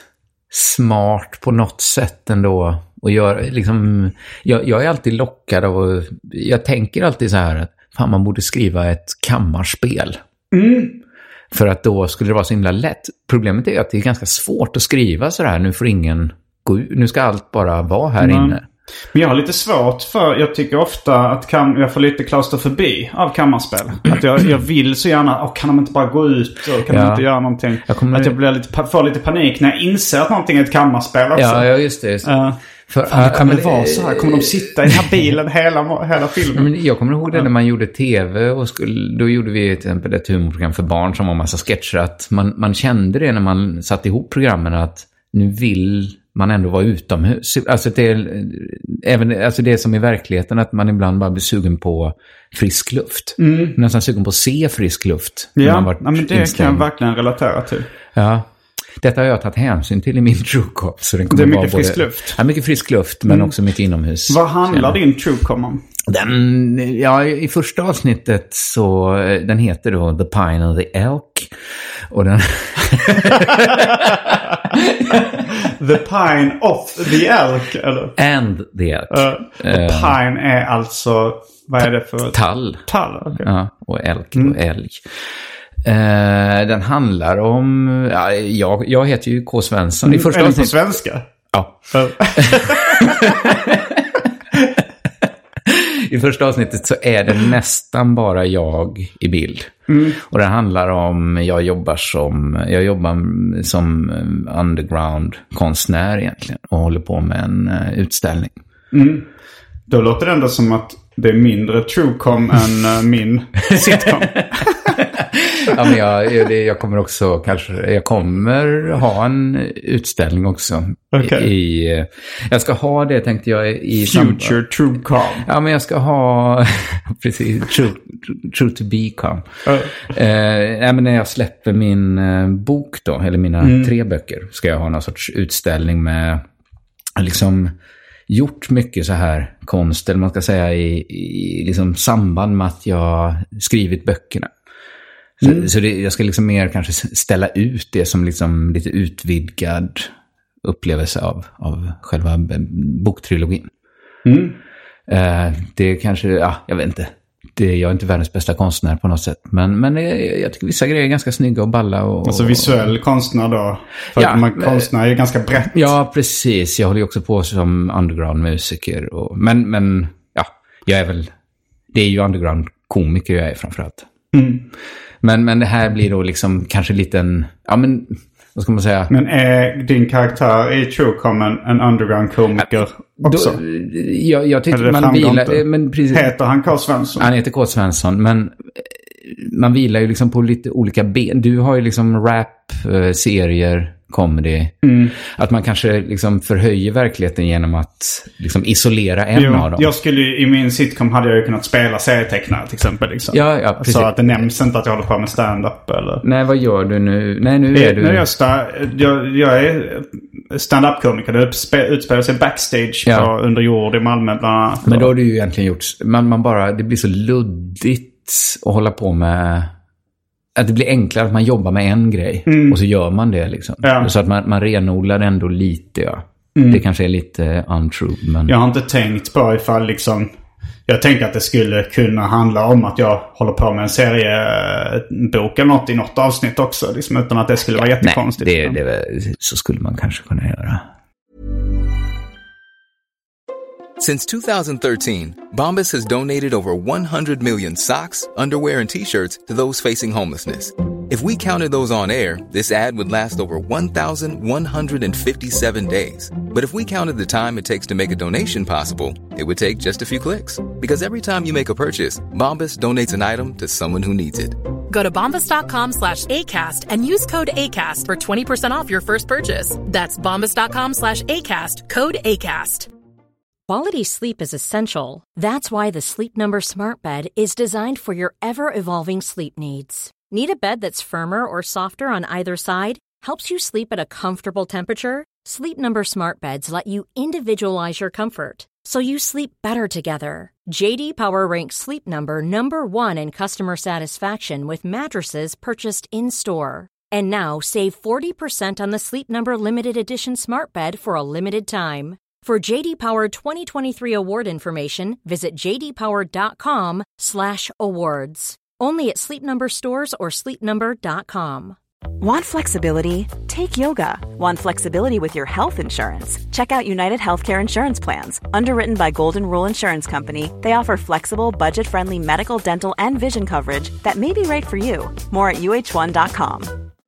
smart på något sätt ändå. Och jag, liksom, jag, jag är alltid lockad av... Jag tänker alltid så här att fan, man borde skriva ett kammarspel. Mm. För att då skulle det vara så himla lätt. Problemet är att det är ganska svårt att skriva så här. Nu får ingen gå ut. Nu ska allt bara vara här mm. inne. Men jag har lite svårt för, jag tycker ofta att kam, jag får lite klaustrofobi av kammarspel. Att jag, jag vill så gärna, oh, kan de inte bara gå ut och kan ja. de inte göra någonting? Jag kommer... Att jag blir lite, får lite panik när jag inser att någonting är ett kammarspel också. Ja, ja just det. Just det. Uh, för, fan, det kommer uh, vara så här, kommer de sitta i den här bilen hela, hela filmen? Men jag kommer ihåg det när man gjorde tv och skulle, då gjorde vi till exempel ett humorprogram för barn som var en massa sketcher. Att man, man kände det när man satt ihop programmen att nu vill... man ändå var utomhus. Alltså det är även alltså det är som i verkligheten att man ibland bara blir sugen på frisk luft. Mm. Nästan sugen på att se frisk luft. Ja, man varit ja men det inställd. Kan jag verkligen relatera till. Ja. Detta har jag tagit hänsyn till i min TrueCom. Så den kommer det är mycket vara frisk både, luft. Ja, mycket frisk luft men mm. också mycket inomhus. Vad handlar din TrueCom om? Den, ja, i första avsnittet så, den heter då The Pine and the Elk. Och den... The Pine of the Elk, eller? And the Elk. Uh, uh, pine är alltså, vad är det för? Tall. Tall, okej. Okay. Ja, och elk mm. och älg. Uh, den handlar om, ja, jag, jag heter ju K. Svensson. Mm, i första är det på svenska? Ja. I första avsnittet så är det nästan bara jag i bild. Mm. Och det handlar om, jag jobbar som jag jobbar som underground-konstnär egentligen. Och håller på med en uh, utställning. Mm. Då låter det ändå som att det är mindre TrueCom än uh, min sitcom. Ja, men jag, jag kommer också kanske, jag kommer ha en utställning också. Okay. I, jag ska ha det tänkte jag i Future TrueCom. Ja, men jag ska ha precis true, true to be com. Uh. Eh, men när jag släpper min eh, bok då, eller mina mm. tre böcker, ska jag ha någon sorts utställning med liksom gjort mycket så här konst, eller man ska säga i, i liksom samband med att jag skrivit böckerna. Så, mm. så det, jag ska liksom mer kanske ställa ut det som liksom lite utvidgad upplevelse av, av själva boktrilogin. Mm. Uh, det kanske, ja, jag vet inte. Det, jag är inte världens bästa konstnär på något sätt. Men, men jag, jag tycker vissa grejer är ganska snygga och balla. Och, alltså visuell konstnär då? För ja, att man, konstnär är ju ganska brett. Ja, precis. Jag håller ju också på som underground-musiker. Och, men, men ja, jag är väl... Det är ju underground-komiker jag är framförallt. Mm. Men, men det här blir då liksom kanske liten, ja men vad ska man säga? Men är din karaktär i Truecom en, en underground-komiker också? Då, jag, jag tycker man vilar, men precis, heter han K. Svensson? Han heter K. Svensson, men man vilar ju liksom på lite olika ben. Du har ju liksom rap, serier, comedy. Mm. Att man kanske liksom förhöjer verkligheten genom att liksom isolera en jo, av dem. Jag skulle, i min sitcom hade jag ju kunnat spela serietecknare till exempel. Liksom. Ja, ja, precis. Så att det nämns inte att jag håller på med stand-up eller... Nej, vad gör du nu? Nej, nu är du... Nu är jag, sta... jag, jag är stand-up-komiker. Det utspelar sig backstage ja. på, under jord i Malmö bland annat. Men då har du ju egentligen gjort... Man, man bara, det blir så luddigt att hålla på med... Att det blir enklare att man jobbar med en grej. Mm. Och så gör man det liksom. Ja. Så att man, man renodlar ändå lite, ja. Mm. Det kanske är lite untrue, men... Jag har inte tänkt på ifall liksom... Jag tänker att det skulle kunna handla om att jag håller på med en seriebok eller något i något avsnitt också. Liksom, utan att det skulle vara ja, jättekonstigt. Nej, det, det, så skulle man kanske kunna göra. Since two thousand thirteen, Bombas has donated over one hundred million socks, underwear, and T-shirts to those facing homelessness. If we counted those on air, this ad would last over one thousand one hundred fifty-seven days. But if we counted the time it takes to make a donation possible, it would take just a few clicks. Because every time you make a purchase, Bombas donates an item to someone who needs it. Go to bombas.com slash ACAST and use code ACAST for twenty percent off your first purchase. That's bombas.com slash ACAST, code ACAST. Quality sleep is essential. That's why the Sleep Number Smart Bed is designed for your ever-evolving sleep needs. Need a bed that's firmer or softer on either side? Helps you sleep at a comfortable temperature? Sleep Number Smart Beds let you individualize your comfort, so you sleep better together. J D Power ranks Sleep Number number one in customer satisfaction with mattresses purchased in-store. And now, save forty percent on the Sleep Number Limited Edition Smart Bed for a limited time. For J D Power twenty twenty-three award information, visit jdpower.com slash awards. Only at Sleep Number stores or sleep number dot com. Want flexibility? Take yoga. Want flexibility with your health insurance? Check out United Healthcare Insurance Plans. Underwritten by Golden Rule Insurance Company, they offer flexible, budget-friendly medical, dental, and vision coverage that may be right for you. More at u h one dot com.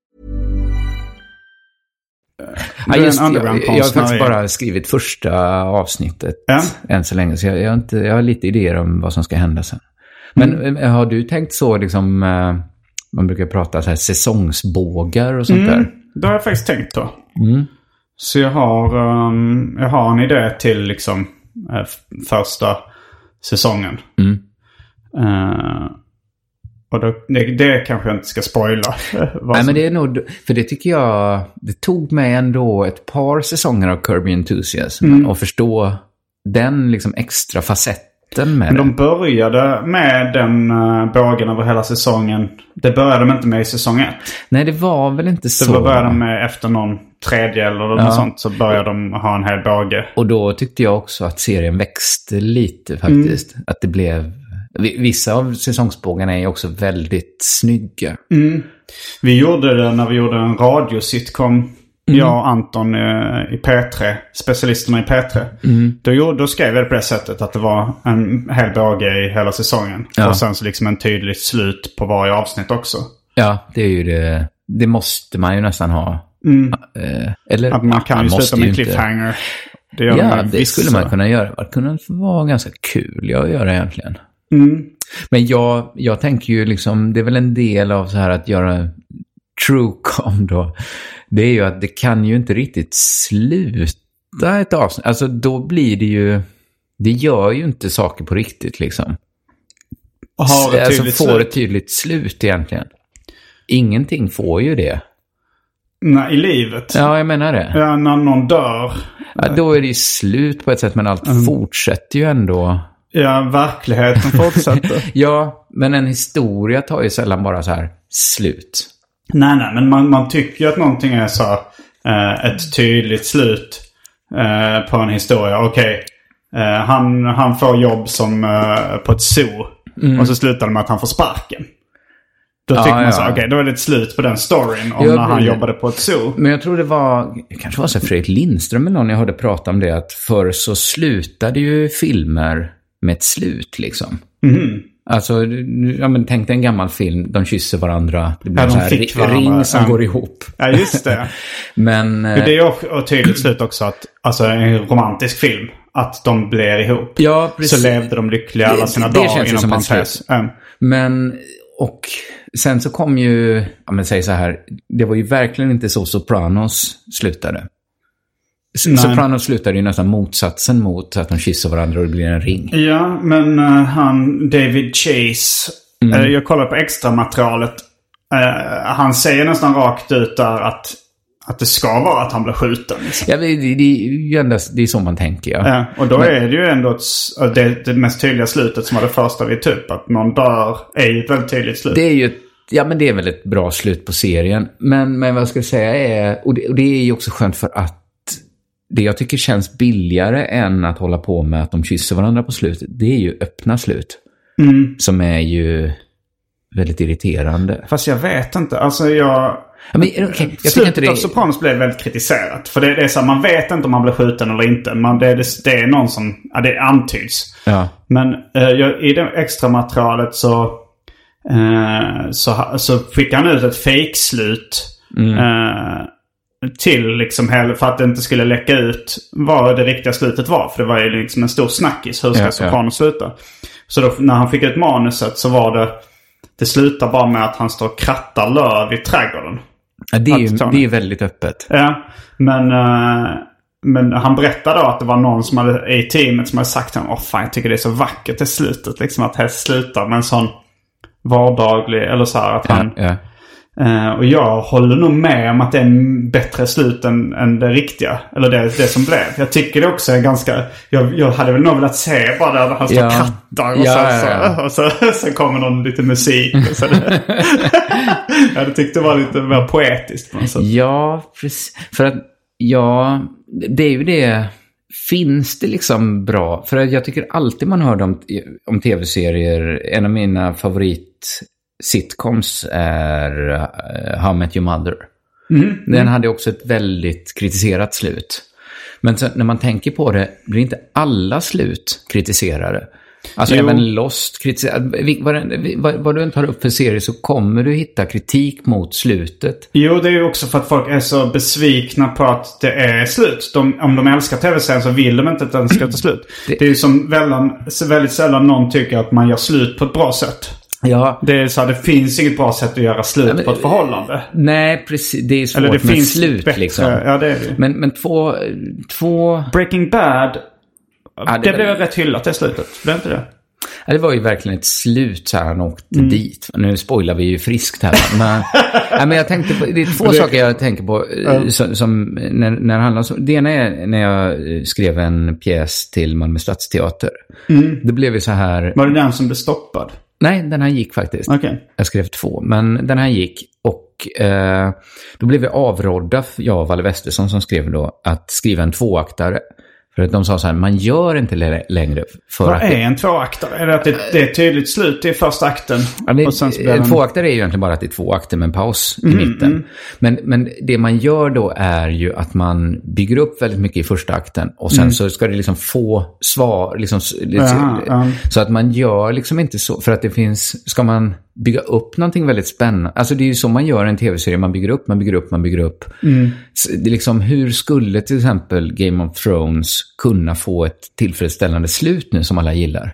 Ja, just, jag, jag har faktiskt bara skrivit första avsnittet ja. än så länge. Så jag, jag, har inte, jag har lite idéer om vad som ska hända sen. Men mm. har du tänkt så liksom... Man brukar prata så här säsongsbågar och sånt mm. där. Det har jag faktiskt tänkt på. Mm. Så jag har, um, jag har en idé till liksom äh, första säsongen. Mm. Uh, och då, det, det kanske jag inte ska spoila. Nej, men det är nog, för det tycker jag, det tog mig ändå ett par säsonger av Curb Your Enthusiasm mm. och förstå den liksom extra facetten. Men de började med den uh, bågen över hela säsongen. Det började de inte med i säsong ett. Nej, det var väl inte så. Det började med efter någon tredje eller ja. något sånt. Så började de ha en hel båge. Och då tyckte jag också att serien växte lite faktiskt. Mm. Att det blev... Vissa av säsongsbågarna är också väldigt snygga. Mm. Vi gjorde det när vi gjorde en radiositcom. Mm. Jag och Anton i P tre, specialisterna i P tre. Mm. Då, då skrev jag det på det sättet att det var en hel båge i hela säsongen. Ja. Och sen så liksom en tydlig slut på varje avsnitt också. Ja, det är ju det. Det måste man ju nästan ha. Mm. Eh, eller, att man kan man ju sluta med en cliffhanger. Det gör ja, det vissa. Skulle man kunna göra. Det kunde vara ganska kul att göra egentligen. Mm. Men jag, jag tänker ju liksom, det är väl en del av så här att göra Truecom då. Det är ju att det kan ju inte riktigt sluta ett avsnitt. Alltså då blir det ju, det gör ju inte saker på riktigt liksom. Har ett alltså får slut. ett tydligt slut egentligen. Ingenting får ju det. Nej, i livet. Ja, jag menar det. Ja, när någon dör. Ja, då är det ju slut på ett sätt, men allt mm. fortsätter ju ändå. Ja, verkligheten fortsätter. Ja, men en historia tar ju sällan bara så här slut. Nej, nej, men man, man tycker ju att någonting är så eh, ett tydligt slut eh, på en historia. Okej, okay. eh, han, han får jobb som eh, på ett zoo mm. och så slutar det med att han får sparken. Då ja, tycker man ja. så, okej, okay, då är det ett slut på den storyn om jag, när han jobbade på ett zoo. Men jag tror det var, kanske var så Fredrik Lindström eller någon jag hörde prata om det, att förr så slutade ju filmer med ett slut liksom. Mm. Alltså, ja, men tänk dig en gammal film. De kysser varandra. Det blir ja, en ri- ring som ja. går ihop. Ja, just det. Men, det är ju också tydligt slut också att alltså en romantisk film. Att de blir ihop. Ja, precis. Så levde de lyckliga alla sina det, dagar det känns inom som parentes. Mm. Men, och sen så kom ju, ja men säg så här, det var ju verkligen inte så Sopranos slutade. Nej. Sopranos slutade ju nästan motsatsen mot att de kysser varandra och det blir en ring. Ja, men uh, han, David Chase, mm. uh, jag kollar på extra materialet. Uh, han säger nästan rakt ut där att Att det ska vara att han blir skjuten. Liksom. Ja, det, det, det, är ju endast, det är så man tänker. Ja. Ja, och då men, är det ju ändå ett, det, det mest tydliga slutet som var det första vi typ. Att någon dör är ju ett väldigt tydligt slut. Det är ju, ja men det är väl ett bra slut på serien. Men, men vad jag ska säga är, och det, och det är ju också skönt för att det jag tycker känns billigare än att hålla på med att de kysser varandra på slutet. Det är ju öppna slut. Mm. Som är ju väldigt irriterande. Fast jag vet inte, alltså jag... Ja, men, okay. jag Slutet inte det... av Sopranos blev väldigt kritiserat. För det, det är så här, man vet inte om man blir skjuten eller inte. Man, det, det, det är någon som, ja, det antyds. Ja. Men eh, jag, i det extra materialet så, eh, så, så fick han ut ett fake-slut. Mm. Eh, till liksom, för att det inte skulle läcka ut vad det riktiga slutet var. För det var ju liksom en stor snackis. Hur ska ja, Sopranos ja. sluta? Så då, när han fick ut manuset så var det, det slutar bara med att han står och krattar löv i trädgården. Ja, det är ju det är väldigt öppet. Ja, men, uh, men han berättade då att det var någon som hade, i teamet som hade sagt åh fan, jag tycker det är så vackert i slutet. Liksom att det slutar med en sån vardaglig, eller så här att han... Ja, ja. Uh, och jag håller nog med om att det är en bättre slut än, än det riktiga. Eller det, det som blev. Jag tycker det också är ganska... Jag, jag hade väl nog velat se bara där han står och ja. kattar. Och, ja, sen, ja, ja. Så, och så, sen kommer någon lite musik. Och så jag hade tyckt det var lite mer poetiskt. På något sätt. Ja, precis. För att, ja, det är ju det... Finns det liksom bra? För jag tycker alltid man hör om, om tv-serier. En av mina favorit... sitcoms är uh, How I Met Your Mother. Mm, Den mm. hade också ett väldigt kritiserat slut. Men så, när man tänker på det blir inte alla slut kritiserade. Alltså jo. Även Lost kritiserade. Vad, vad, vad du än tar upp för serie så kommer du hitta kritik mot slutet. Jo, det är ju också för att folk är så besvikna på att det är slut. De, om de älskar tv-serien så vill de inte att den ska ta slut. Det, det är ju som väldigt, väldigt sällan någon tycker att man gör slut på ett bra sätt. Ja. Det är så här, det finns inget bra sätt att göra slut ja, men, på ett förhållande. Nej, precis. Det är svårt Eller det med finns slut bättre, liksom. Ja, det är det. Men, men två, två... Breaking Bad, ja, det, det blev rätt hyllat i slutet. Blev inte det? Ja, det var ju verkligen ett slut så här, han åkte mm. dit. Nu spoilar vi ju friskt här. Men, ja, men jag tänkte på, det är två det... saker jag tänker på mm. som, som när, när det handlar om. Det ena är när jag skrev en pjäs till Malmö Stadsteater. Mm. Det blev ju så här... Var det den som blev stoppad? Nej, den här gick faktiskt. Okay. Jag skrev två, men den här gick. Och eh, då blev vi avrådda, jag och Valle Westersson som skrev då, att skriva en tvåaktare. För att de sa så här, man gör inte l- längre. För Vad att är det... en tvåaktare? Är det att det, det är ett tydligt slut i första akten? Ja, det, och sen en en... tvåaktare är ju egentligen bara att det är två akter med en paus mm, i mitten. Mm. Men, men det man gör då är ju att man bygger upp väldigt mycket i första akten. Och sen mm. så ska det liksom få svar. Liksom, Aha, ja. Så att man gör liksom inte så. För att det finns, ska man bygga upp någonting väldigt spännande. Alltså det är ju så man gör en tv-serie. Man bygger upp, man bygger upp, man bygger upp. Mm. Det är liksom, hur skulle till exempel Game of Thrones kunna få ett tillfredsställande slut nu som alla gillar?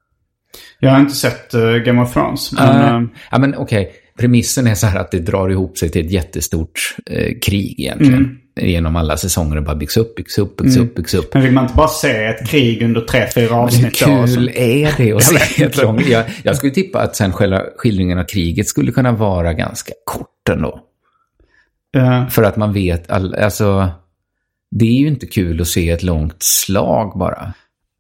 Jag har inte sett uh, Game of Thrones. Men, uh, ja, men okej. Okay. Premissen är så här att det drar ihop sig till ett jättestort eh, krig egentligen. Mm. Genom alla säsonger och bara byggs upp, byggs upp, byggs mm. upp, byggs upp. Men vill man inte bara se ett krig under tre, fyra avsnitt? Men hur kul är det att se ett långt... Jag, jag skulle tippa att sen själva skildringen av kriget skulle kunna vara ganska kort ändå. Uh. För att man vet, all, alltså... Det är ju inte kul att se ett långt slag bara.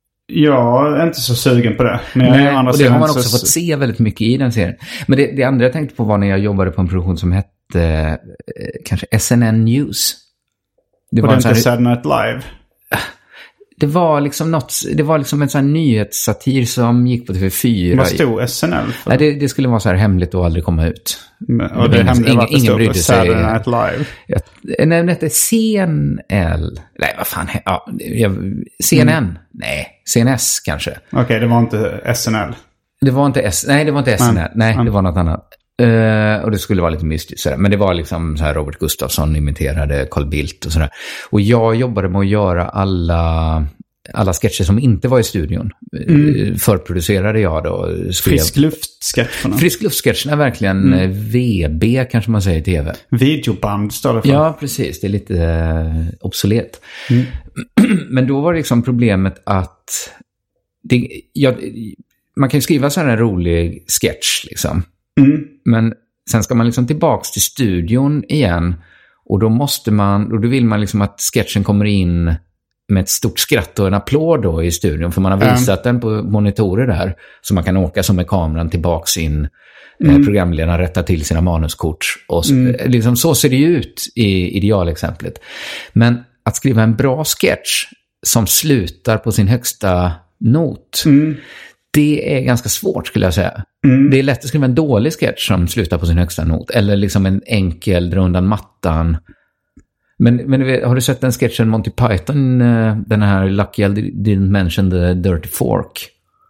Jag är inte så sugen på det. Men jag Nej, och det har man också så... fått se väldigt mycket i den serien. Men det, det andra jag tänkte på var när jag jobbade på en produktion som hette eh, kanske S N N News. Det och var det inte Saturday Night Live? Det var liksom något, det var liksom en sån här nyhetssatir som gick på T V fyra. Vad stod S N L för? Nej, det, det skulle vara så här hemligt och aldrig komma ut. Men, och det hemliga ingen, var att det ingen brydde sig. Saturday Night Live. Jag, nej, det hette C N L. Nej, vad fan. Ja, jag, C N N. Mm. Nej, C N S kanske. Okej, okay, det var inte S N L. Det var inte S, nej det var inte S N L, nej mm. det var något annat. Uh, och det skulle vara lite mystiskt sådär. Men det var liksom så här Robert Gustafsson imiterade Carl Bildt och sådär. Och jag jobbade med att göra alla alla sketcher som inte var i studion. Mm. Förproducerade jag då. Skrev... Frisk luft-sketcherna. Frisk luft-sketcherna, verkligen mm. V B kanske man säger i tv. Videoband står det för. Ja, precis. Det är lite uh, obsolet. Mm. Men då var det liksom problemet att det, ja, man kan ju skriva så här en rolig sketch liksom. Mm. Men sen ska man liksom tillbaks till studion igen, och då måste man, och då vill man liksom att sketchen kommer in med ett stort skratt och en applåd då i studion, för man har visat mm. den på monitorer där, så man kan åka som med kameran tillbaks in, mm. eh, programledaren rättar till sina manuskort och så, mm. liksom så ser det ju ut i idealexemplet. Men att skriva en bra sketch som slutar på sin högsta not, mm. det är ganska svårt skulle jag säga. Mm. Det är lätt att skriva en dålig sketch som slutar på sin högsta not. Eller liksom en enkel dra undan mattan. Men, men har du sett den sketchen Monty Python? Den här Lucky I didn't mention the dirty fork.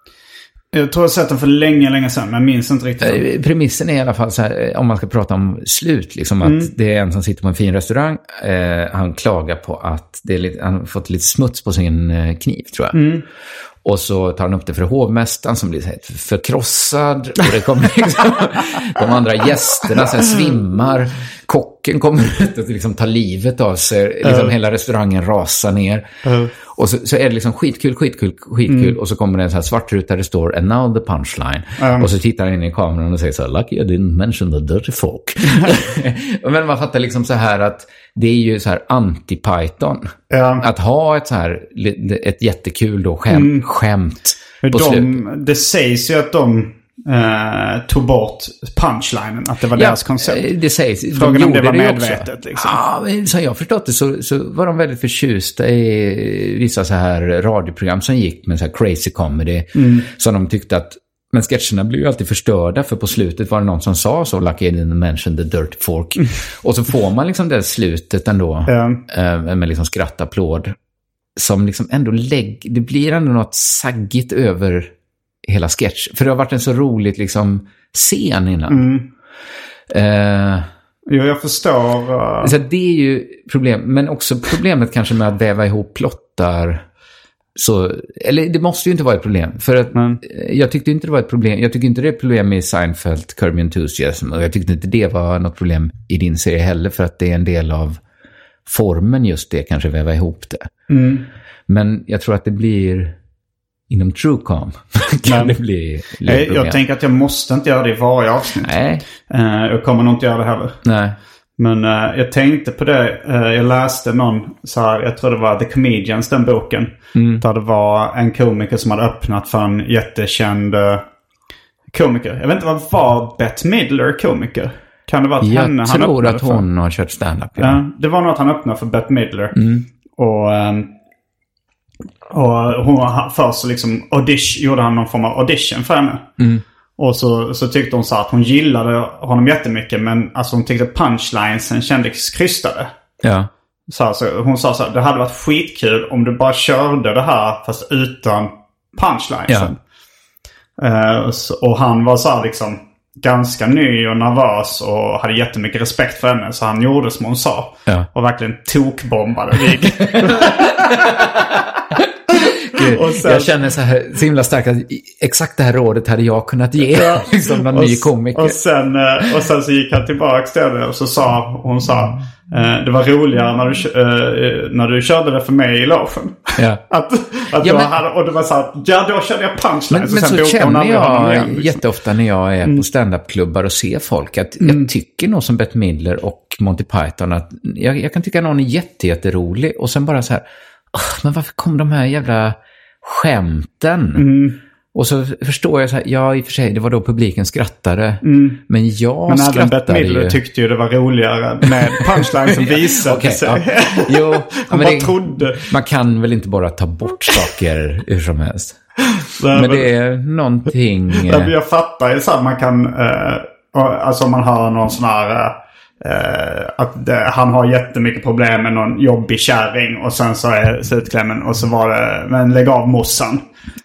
Jag tror jag har sett den för länge, länge sedan. Men jag minns inte riktigt. Premissen är i alla fall så här, om man ska prata om slut. Liksom att mm. det är en som sitter på en fin restaurang. Eh, han klagar på att det är lite, han har fått lite smuts på sin eh, kniv tror jag. Mm. Och så tar han upp det för hovmästaren som blir förkrossad. Och det kommer liksom, de andra gästerna sen svimmar. Kocken kommer ut och liksom tar livet av sig. Liksom uh. Hela restaurangen rasar ner. Uh. Och så, så är det liksom skitkul, skitkul, skitkul. Mm. Och så kommer det en så här svart ruta där det står "And now the punchline". Um. Och så tittar han in i kameran och säger så här: "Lucky I didn't mention the dirty folk". Men man fattar liksom så här att det är ju så här anti-Python. Ja. Att ha ett så här ett jättekul då skämt, mm. skämt på de, slutet. Det sägs ju att de eh, tog bort punchlinen, att det var ja, deras koncept. Det sägs. Frågan de om det var det medvetet liksom. Ja, men så jag förstått det så, så var de väldigt förtjusta i vissa så här radioprogram som gick med så här crazy comedy. Mm. Som de tyckte att, men sketcherna blir ju alltid förstörda, för på slutet var det någon som sa så, "Lucky I didn't mention the dirty fork". Mm. Och så får man liksom det slutet ändå mm. äh, med liksom skratt, applåd, som liksom ändå lägg, det blir ändå något saggigt över hela sketch. För det har varit en så roligt liksom scen innan. Mm. Uh, jo, jag förstår. Uh... Så det är ju problem, men också problemet kanske med att väva ihop plottar. Så, eller det måste ju inte vara ett problem, för att mm. jag tyckte inte det var ett problem. Jag tycker inte det är ett problem i Seinfeld, Curb Your Enthusiasm, och jag tyckte inte det var något problem i din serie heller, för att det är en del av formen just det, kanske väva ihop det. Mm. Men jag tror att det blir inom TrueCom kan Men, det bli jag, jag tänker att jag måste inte göra det i varje avsnitt. Nej. Uh, jag kommer nog inte göra det heller. Nej. Men uh, jag tänkte på det. Uh, jag läste någon så här, jag tror det var The Comedians, den boken. Mm. Där det var en komiker som hade öppnat för en jättekänd uh, komiker. Jag vet inte, vad var Bette Midler komiker? Kan det vara att jag henne han tror att hon för? har kört stand-up. Ja. Uh, det var något han öppnade för Bette Midler. Mm. Och... Um, Och hon först så liksom audition, gjorde han någon form av audition för henne. Mm. Och så, så tyckte hon så att hon gillade honom jättemycket, men alltså hon tyckte punchlines kändes krystade. Ja. Så alltså, hon sa så här: det hade varit skitkul om du bara körde det här fast utan punchlines. Ja. Uh, så, och han var så här liksom ganska ny och nervös och hade jättemycket respekt för henne, så han gjorde som hon sa. Ja. Och verkligen tokbombade Vig. Sen, jag känner så här så himla starkt att exakt det här rådet hade jag kunnat ge ja, liksom någon och, ny komiker. Och sen, och sen så gick han tillbaka till det och så sa hon sa det var roligare när du, när du körde det för mig i logen. Ja. att, att ja, men, hade, och det var så här, ja då körde jag punchline. Men, men så, så känner jag igen, liksom. Jätteofta när jag är mm. på stand-up-klubbar och ser folk att mm. jag tycker nog som Bette Midler och Monty Python att jag, jag kan tycka att någon är jätte, jätterolig och sen bara så här, oh, men varför kom de här jävla skämten? Mm. Och så förstår jag så här, ja i och för sig det var då publiken skrattade. Mm. Men jag men skrattade ju. Men även Bette Midler tyckte ju det var roligare med punchline som visade okay, sig. Ja. Jo, hon bara det, trodde. Man kan väl inte bara ta bort saker hur som helst. Nej, men, men det är någonting... Nej, jag fattar ju så att man kan... Eh, alltså om man har någon sån här... Uh, att uh, han har jättemycket problem med någon jobbig kärring och sen så är slutklämmen och så var det, men lägg av mossan.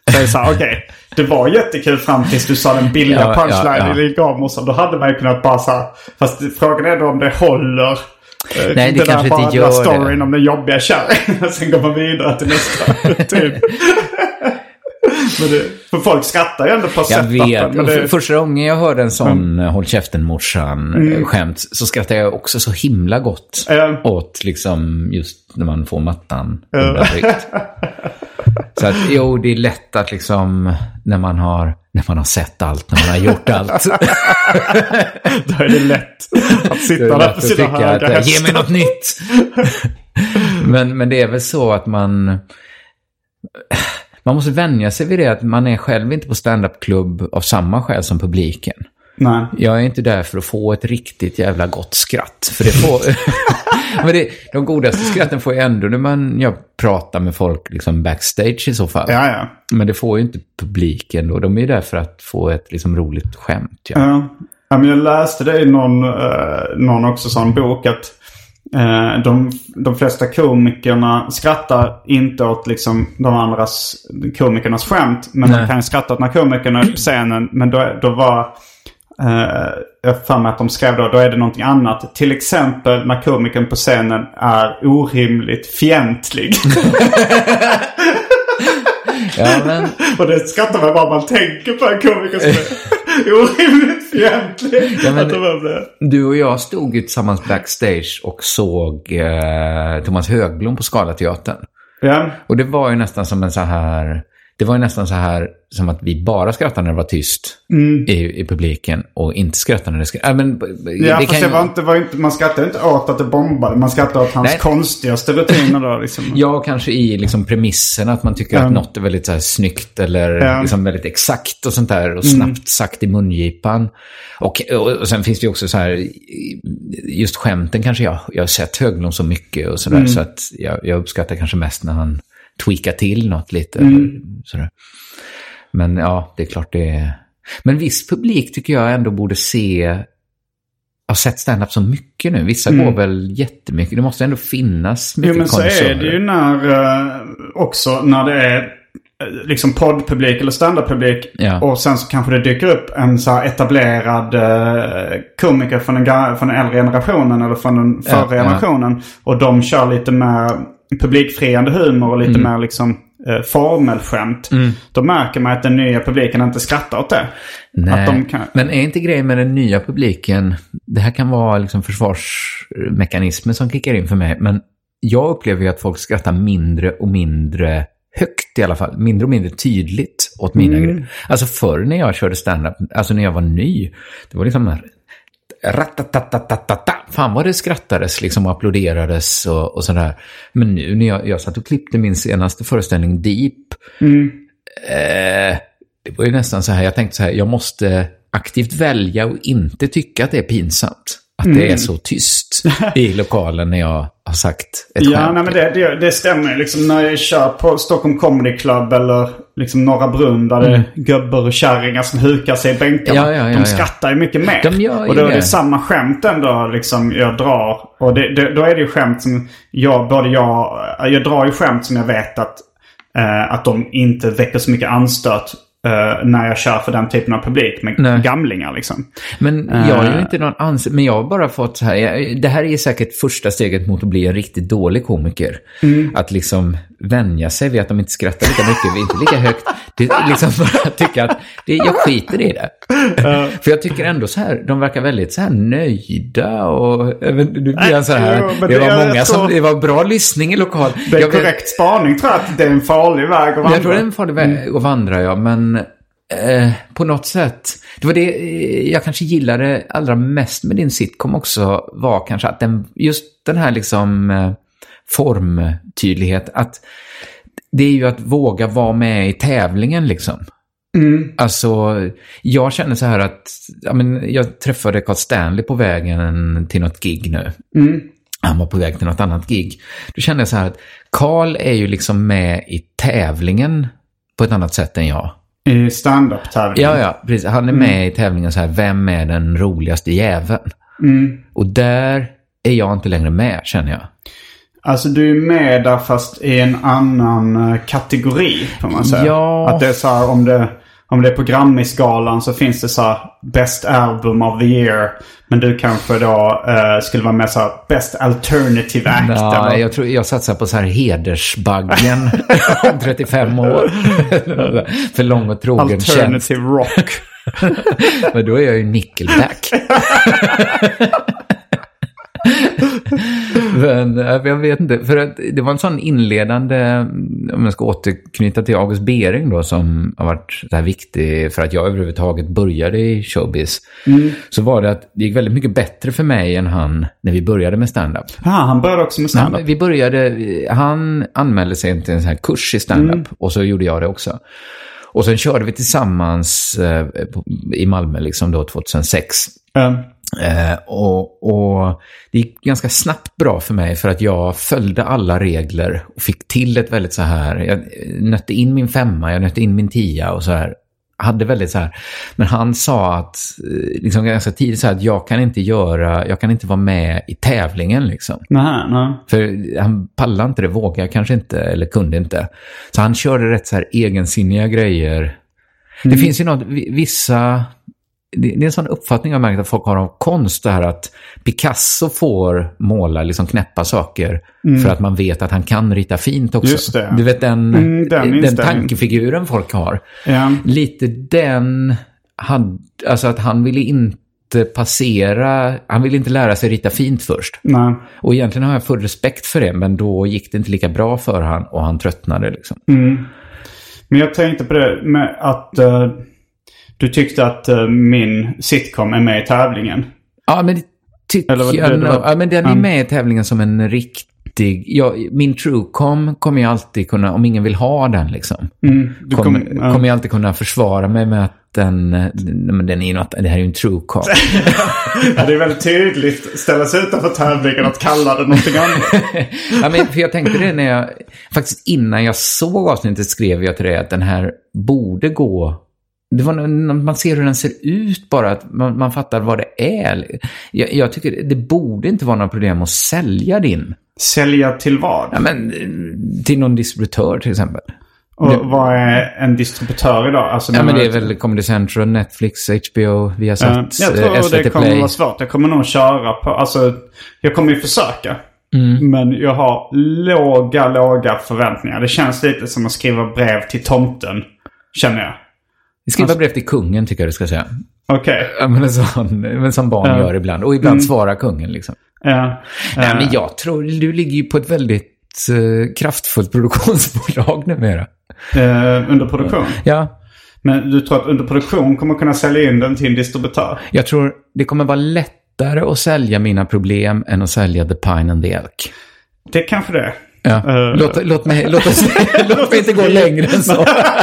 Så jag sa, okej, okay, det var jättekul fram tills du sa den billiga ja, punchline ja, ja. i Gamorsan. Då hade man ju kunnat bara så här, fast frågan är då om det håller. Nej, det, det kanske inte gör storyn det. om den jobbiga kärringen. Sen går man vidare till nästa typ. Men det, för folk skrattar ju ändå på jag vet. Men det... Första gången jag hörde en sån mm. håll käften morsan mm. skämt så skrattade jag också så himla gott mm. åt liksom just när man får mattan mm. Så att jo, det är lätt att liksom när man har när man har sett allt, när man har gjort allt. Då är det lätt att sitta det är där på sina höga hästar. Ge mig något nytt. men, men det är väl så att man man måste vänja sig vid det att man är själv inte på stand-up-klubb av samma skäl som publiken. Nej. Jag är inte där för att få ett riktigt jävla gott skratt. För det får... Men det, de godaste skratten får jag ändå när man jag pratar med folk liksom backstage i så fall. Ja, ja. Men det får ju inte publiken då. De är ju där för att få ett liksom roligt skämt. Ja, ja. Ja, men jag läste det i någon, uh, någon också sån bok att uh, de, de flesta komikerna skrattar inte åt liksom de andras komikernas skämt. Men Nej. de kan skratta åt när komikerna är på scenen. Men då, då var... Uh, jag för mig att de skrev då, då är det någonting annat. Till exempel när komikern på scenen är orimligt fientlig. Ja, men... Och det skrattar man bara man tänker på en komiker som är orimligt fientlig. Ja, men, du och jag stod ju tillsammans backstage och såg eh, Thomas Högblom på Scalateatern. Ja. Och det var ju nästan som en så här... Det var ju nästan så här som att vi bara skrattade när det var tyst mm. i, i publiken och inte skrattade när det skrattade. Äh, men, ja, det fast det var inte, var inte, man skrattade inte åt att det bombade. Man skrattade åt hans Nej. konstigaste rutiner då. Liksom. Ja, kanske i liksom, premissen att man tycker mm. att något är väldigt så här, snyggt eller ja. liksom, väldigt exakt och sånt där. Och snabbt mm. sagt i mungipan. Och, och, och sen finns det ju också så här, just skämten kanske jag, jag har sett Högblom så mycket och sådär. Mm. Så att jag, jag uppskattar kanske mest när han tweaka till något lite. Mm. Sådär. Men ja, det är klart det är... Men viss publik tycker jag ändå borde se... Har sett stand-up så mycket nu. Vissa mm. går väl jättemycket. Det måste ändå finnas mycket jo, men konserter. Så är det ju när... Uh, också när det är uh, liksom poddpublik eller stand-up-publik. Ja. Och sen så kanske det dyker upp en så här etablerad uh, komiker från den, från den äldre generationen eller från den förra ja, generationen. Ja. Och de kör lite mer... publikfriande humor och lite mm. mer liksom eh, formelskämt. Mm. Då märker man att den nya publiken inte skrattar åt det. Nej, att de kan... men är inte grejen med den nya publiken, det här kan vara liksom försvarsmekanismer som kickar in för mig, men jag upplever ju att folk skrattar mindre och mindre högt i alla fall, mindre och mindre tydligt åt mina mm. grejer. Alltså förr när jag körde stand-up, alltså när jag var ny, det var liksom ratatatatata. Fan vad det skrattades liksom och applåderades och, och sådär. Men nu när jag, jag satt och klippte min senaste föreställning Deep mm. eh, det var ju nästan så här, jag tänkte så här, jag måste aktivt välja och inte tycka att det är pinsamt. Att mm. det är så tyst i lokalen när jag har sagt ett ja, skämt. Nej, men det, det, det stämmer. Liksom när jag kör på Stockholm Comedy Club eller liksom Norra Brunn där det är mm. gubbar och kärringar som hukar sig i bänkarna. Ja, ja, ja, de skrattar ju mycket mer. De gör och då är det, det samma skämt ändå liksom jag drar. Och det, det, då är det ju skämt som jag, både jag, jag drar ju skämt som jag vet att, eh, att de inte väcker så mycket anstöt. Uh, när jag kör för den typen av publik med Nej. gamlingar liksom. Men jag är ju inte någon ans- men jag har bara fått så här, jag, det här är säkert första steget mot att bli en riktigt dålig komiker. Mm. Att liksom vänja sig vid att de inte skrattar lika mycket, inte lika högt. Det är liksom bara tycka att det, jag skiter i det. Uh. För jag tycker ändå så här, de verkar väldigt så här nöjda och nu blir jag så här, jo, det, det var många som, tror, det var bra lyssning i lokal. Det är jag korrekt vet, spaning tror jag att det är en farlig väg att vandra. Jag tror det är en farlig väg mm. att vandra, ja, men eh, på något sätt, det var det jag kanske gillade allra mest med din sitcom också, var kanske att den, just den här liksom eh, formtydlighet, att det är ju att våga vara med i tävlingen liksom. Mm. Alltså, jag känner så här att ja, men, jag träffade Carl Stanley på vägen till något gig nu. Mm. Han var på väg till något annat gig. Då kände jag så här att Carl är ju liksom med i tävlingen på ett annat sätt än jag. I stand-up-tävlingen? Ja, ja, precis. Han är med mm. i tävlingen så här, vem är den roligaste jäveln? Mm. Och där är jag inte längre med, känner jag. Alltså du är med där fast i en annan kategori, kan man säga. Ja. Att det är så här, om det, om det är på Grammy-skalan så finns det så här Best Album of the Year. Men du kanske då uh, skulle vara med så här Best Alternative Act. Ja, eller? jag tror jag satsar på så här hedersbaggen om trettiofem år. För lång och trogen Alternative tjänst. Rock. Men då är jag ju Nickelback. Men jag vet inte, för att det var en sån inledande, om jag ska återknyta till August Bering då, som har varit så här viktig för att jag överhuvudtaget började i showbiz. Mm. Så var det att det gick väldigt mycket bättre för mig än han när vi började med stand-up. Ja, han började också med stand-up. Han, vi började, han anmälde sig till en sån här kurs i stand-up mm. och så gjorde jag det också. Och sen körde vi tillsammans eh, i Malmö liksom då tjugohundrasex. Mm. Eh, och, och det gick ganska snabbt bra för mig för att jag följde alla regler och fick till ett väldigt så här, jag nötte in min femma, jag nötte in min tia och så här, hade väldigt så här, men han sa att liksom ganska tidigt så här, att jag kan inte göra, jag kan inte vara med i tävlingen liksom. Nej, nej. För han pallade inte det, vågade kanske inte eller kunde inte. Så han körde rätt så här egensinniga grejer. Mm. Det finns ju något, vissa det är en sån uppfattning jag märkt att folk har om konst, det här att Picasso får måla liksom knäppa saker mm. för att man vet att han kan rita fint också. Just det. Du vet den, mm, den, den tankefiguren folk har. Ja. Lite den hade, alltså att han ville inte passera, han ville inte lära sig rita fint först. Nej. Och egentligen har jag full respekt för det, men då gick det inte lika bra för han och han tröttnade liksom. Mm. Men jag tänkte på det med att uh... du tyckte att uh, min sitcom är med i tävlingen. Ja, men det tycker Eller jag det, nog. var... Ja, men den är med i tävlingen som en riktig... Ja, min Truecom kommer jag alltid kunna... Om ingen vill ha den liksom. Mm, du kommer kom, ja. kommer jag alltid kunna försvara mig med att den... Men den är ju något... Det här är ju en Truecom. Ja, det är väldigt tydligt. Ställa sig utanför tävlingen att kalla det någonting annat. Ja, men för jag tänkte det när jag... Faktiskt innan jag såg avsnittet skrev jag till dig att den här borde gå... Det var när man ser hur den ser ut bara, att man, man fattar vad det är. Jag, jag tycker det borde inte vara några problem att sälja din. Sälja till vad? Ja, men till någon distributör till exempel. Och det, vad är en distributör idag? Alltså, ja, men det är väl Comedy Central, Netflix, H B O, Viasat, uh, jag tror S V T det kommer Play. vara svårt. Jag kommer nog köra på, alltså jag kommer ju försöka. Mm. Men jag har låga, låga förväntningar. Det känns lite som att skriva brev till tomten, känner jag. Skriva alltså, brev till kungen tycker jag du ska säga. Okej. Okay. Men sån, men som barn uh, gör ibland. Och ibland mm. svarar kungen liksom. Ja. Uh, uh, Nej, men jag tror du ligger ju på ett väldigt uh, kraftfullt produktionsbolag numera. Uh, under produktion? Ja. Men du tror att under produktion kommer kunna sälja in den till en distributör? Jag tror det kommer vara lättare att sälja mina problem än att sälja The Pine and the Elk. Det är kanske det. Ja. Uh, låt, låt, mig, låt, oss, låt mig inte gå längre än så.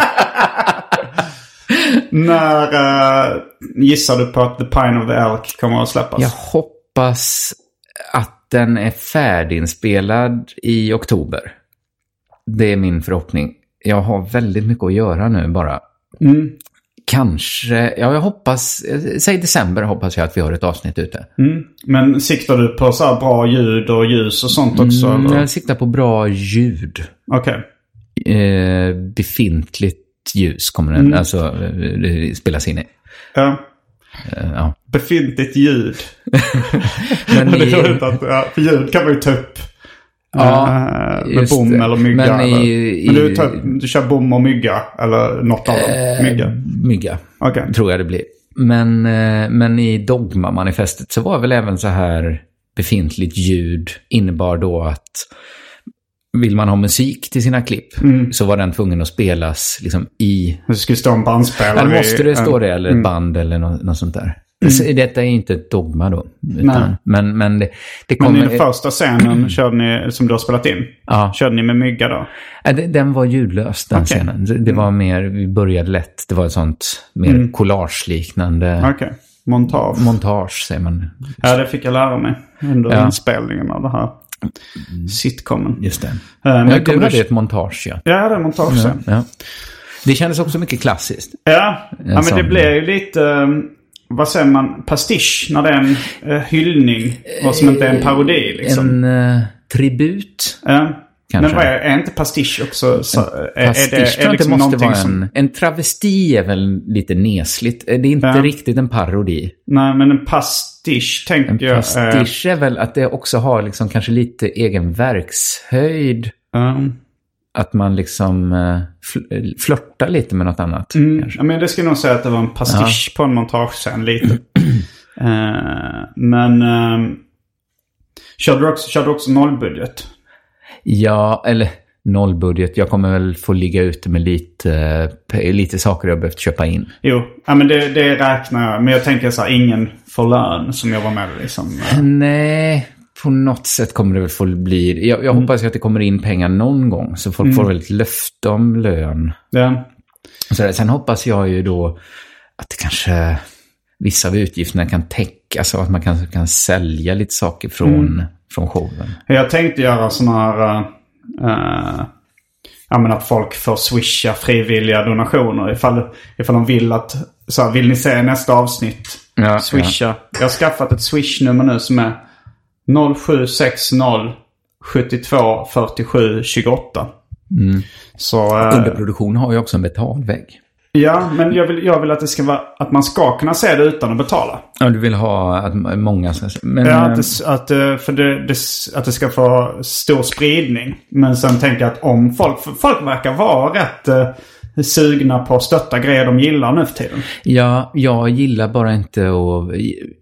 När uh, gissar du på att The Pine of the Elk kommer att släppas? Jag hoppas att den är färdiginspelad i oktober. Det är min förhoppning. Jag har väldigt mycket att göra nu bara. Mm. Kanske, ja jag hoppas, säg december hoppas jag att vi har ett avsnitt ute. Mm. Men siktar du på så här bra ljud och ljus och sånt också? Mm, eller? Jag siktar på bra ljud. Okej. Okay. Eh, befintligt ljus kommer den, mm. alltså det spelas in i. Ja. Uh, ja. Befintligt ljud. Men det i... är inte att, ja, för ljud kan man ju ta upp. Ja, uh, med bom det. Eller mygga. Men, eller, i, men du, tar, du kör bom och mygga eller något av dem? Uh, mygga. Mygga, okay. Tror jag det blir. Men, uh, men i Dogma-manifestet så var väl även så här befintligt ljud innebar då att vill man ha musik till sina klipp mm. så var den tvungen att spelas liksom i... Det skulle stå en bandspelare. Eller måste det stå det, eller ett mm. band eller något, något sånt där. Mm. Detta är inte ett Dogma då. Utan, men, men, det, det kommer... men i den första scenen körde ni, som du har spelat in, ja. Körde ni med mygga då? Ja, det, den var ljudlös, den okay. scenen. Det, det var mer, vi började lätt, det var ett sånt mer mm. collage-liknande... Okej. Okay. Montage. Montage, säger man. Ja, det fick jag lära mig under ja. inspelningen av det här. Sitcomen. Just det. Uh, men jag kommer det ett montage, ja. Ja, det är montage. Ja, ja. Det kändes också mycket klassiskt. Ja, ja men det blir ju lite, um, vad säger man, pastisch när det är en uh, hyllning och som inte är en parodi liksom. En, uh, tribut. Ja. Kanske. Men vad är, är inte pastisch också? Så, är, pastisch är det, tror jag är liksom inte måste vara som... en... En travesti är väl lite nesligt. Det är inte Ja. riktigt en parodi. Nej, men en pastisch tänker En jag... pastisch är väl att det också har liksom kanske lite egen verkshöjd. Um. Att man liksom uh, fl- flörtar lite med något annat. Mm, ja, men det skulle nog säga att det var en pastisch Ja. på en montagescen lite. uh, men um, körde, du också, körde du också nollbudget? Ja, eller nollbudget. Jag kommer väl få ligga ute med lite, uh, lite saker jag behövt köpa in. Jo, ja, men det, det räknar jag. Men jag tänker så här, ingen får lön som jag var med liksom. Uh. Nej, på något sätt kommer det väl få bli... Jag, jag Mm. hoppas att det kommer in pengar någon gång. Så folk Mm. får väl ett löfte om lön. Ja. Så där, sen hoppas jag ju då att kanske vissa av utgifterna kan täckas. Så att man kan, kan sälja lite saker från, Mm. från showen. Jag tänkte göra såna här... Uh, ja, men att folk får swisha frivilliga donationer ifall, ifall de vill att... Så här, vill ni se nästa avsnitt? Ja, Swisha. Ja. Jag har skaffat ett swish-nummer nu som är noll sju sex noll sjuttiotvå fyrtiosju tjugoåtta. Mm. Så, uh, Underproduktion har ju också en betalvägg. ja, men jag vill, jag vill att det ska vara... Att man ska kunna se det utan att betala. Ja, du vill ha att många ska... Men, Ja, att det, att, eh, för det, det, att det ska få stor spridning. Men sen tänker jag att om folk... För folk verkar vara rätt eh, sugna på att stötta grejer de gillar nu för tiden. Ja, jag gillar bara inte att...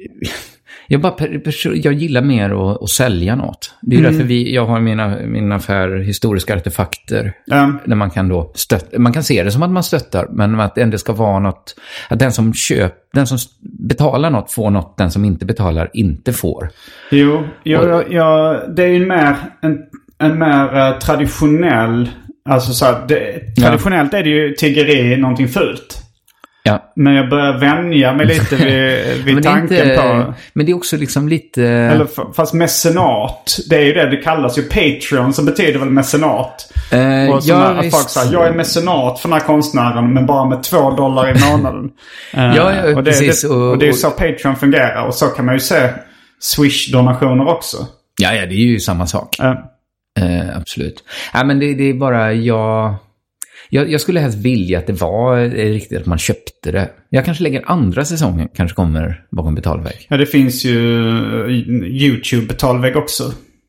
Jag, bara, jag gillar mer att, att sälja något. Det är mm. därför vi, jag har mina, min affär historiska artefakter. Mm. Där man kan då stötta, man kan se det som att man stöttar. Men att det ändå ska vara något... Att den som köp, den som betalar något får något, den som inte betalar inte får. Jo, jag, jag, jag, det är ju mer en, en mer uh, traditionell... Alltså så här, det, traditionellt ja. Är det ju tiggeri någonting fult. Ja. Men jag börjar vänja mig lite vid, vid tanken inte, på... Men det är också liksom lite... Eller fast mecenat. Det är ju det det kallas ju. Patreon som betyder väl mecenat. Uh, och ja, att folk säger, jag är mecenat för den här konstnären men bara med två dollar i månaden. uh, ja, ja, och, det, precis, det, och, och det är så Patreon fungerar. Och så kan man ju se Swish-donationer också. Ja, ja, det är ju samma sak. Uh. Uh, absolut. Ja, men det, det är bara jag... Jag, jag skulle helst vilja att det var riktigt att man köpte det. Jag kanske lägger andra säsongen, kanske kommer bakom betalvägg. Ja, det finns ju YouTube-betalvägg också.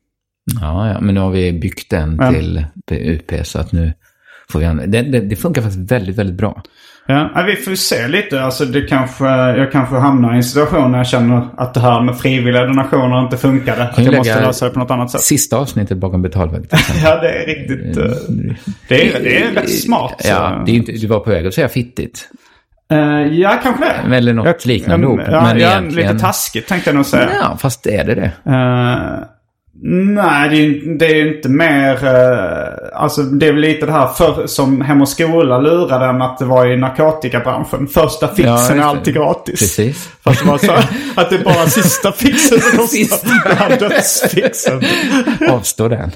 Ja, ja, men nu har vi byggt den ja. till U P så att nu får vi använda. Det, det, det funkar faktiskt väldigt, väldigt bra. Ja, vi får se lite. Alltså det kanske, jag kanske hamnar i en situation när jag känner att det här med frivilliga donationer inte funkade. Att jag måste lösa det på något annat sätt. Sista avsnittet bakom betalvägg. Ja, det är riktigt... Uh, det, är, det är rätt smart. Ja, det är inte, du var på väg att säga fittigt. Uh, ja, kanske det. Eller något jag, liknande ord. Ja, men ja, egentligen... lite taskigt tänkte jag nog säga. Ja, fast är det det? Uh, nej, det är, det är inte mer... Uh, alltså det är väl lite det här för, som Hem och Skola lurade den att det var i narkotikabranschen. Första fixen ja, är alltid gratis. Precis. Fast det var så att det är bara sista fixen som kostar. Dödsfixen. Avstå den.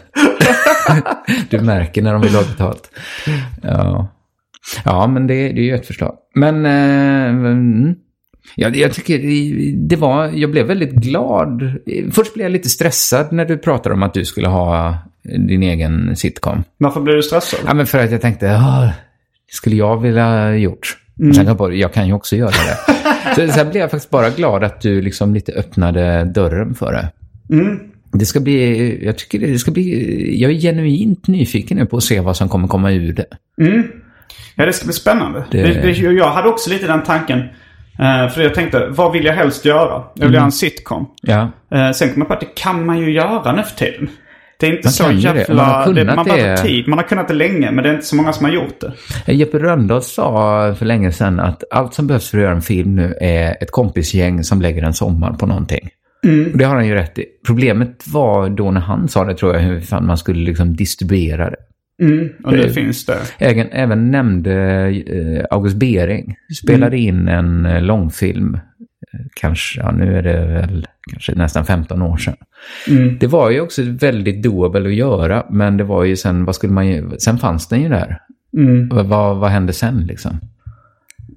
Du märker när de vill ha betalt. Ja. Ja, men det, det är ju ett förslag. Men eh, mm, ja, jag tycker det var, jag blev väldigt glad. Först blev jag lite stressad när du pratade om att du skulle ha din egen sitcom. Varför blev du stressad? Ja, men för att jag tänkte, skulle jag vilja gjort? Mm. Sen jag, jag kan ju också göra det. så, så blev jag faktiskt bara glad att du liksom lite öppnade dörren för det. Mm. Det ska bli, jag tycker det ska bli, jag är genuint nyfiken nu på att se vad som kommer komma ur det. Mm. Ja, det ska bli spännande. Det... Det, det, jag hade också lite den tanken. Uh, för jag tänkte, vad vill jag helst göra? Jag vill mm. göra en sitcom. Ja. Uh, sen kom jag på att det kan man ju göra nu för tiden. Det är inte man så jävla... Det. Man har det, man behöver det... tid. Man har kunnat det länge, men det är inte så många som har gjort det. Jeppe Rönndahl sa för länge sedan att allt som behövs för att göra en film nu är ett kompisgäng som lägger en sommar på någonting. Mm. Och det har han ju rätt i. Problemet var då när han sa det, tror jag, hur fan man skulle liksom distribuera det. Mm, och det, det finns det. Även, även nämnde eh, August Bering. Spelade mm. in en eh, långfilm. Eh, kanske, ja, nu är det väl kanske nästan femton år sedan. Mm. Det var ju också väldigt doable att göra. Men det var ju sen, vad skulle man ju, sen fanns den ju där. Mm. Vad, vad hände sen liksom?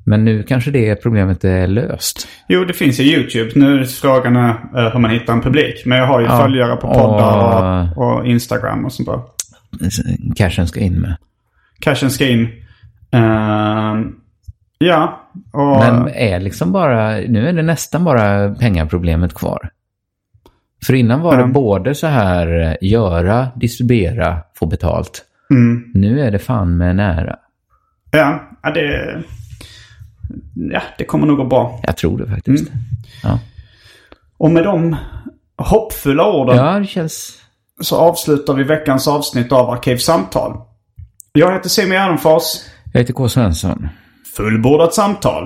Men nu kanske det problemet är löst. Jo, det finns i YouTube. Nu är frågan uh, hur man hittar en publik. Men jag har ju ja, följare på poddar och, och Instagram och sånt där. Cashen ska in med. Cashen ska in. Uh, ja. Och... Men är liksom bara, nu är det nästan bara pengaproblemet kvar. För innan var det mm. både så här göra, distribuera, få betalt. Mm. Nu är det fan med nära. Ja, det, ja, det kommer nog gå bra. Jag tror det faktiskt. Mm. Ja. Och med de hoppfulla orden ja, det känns... så avslutar vi veckans avsnitt av Arkivsamtal. Jag heter Simon Gärdenfors. Jag heter K. Svensson. Fullbordat samtal.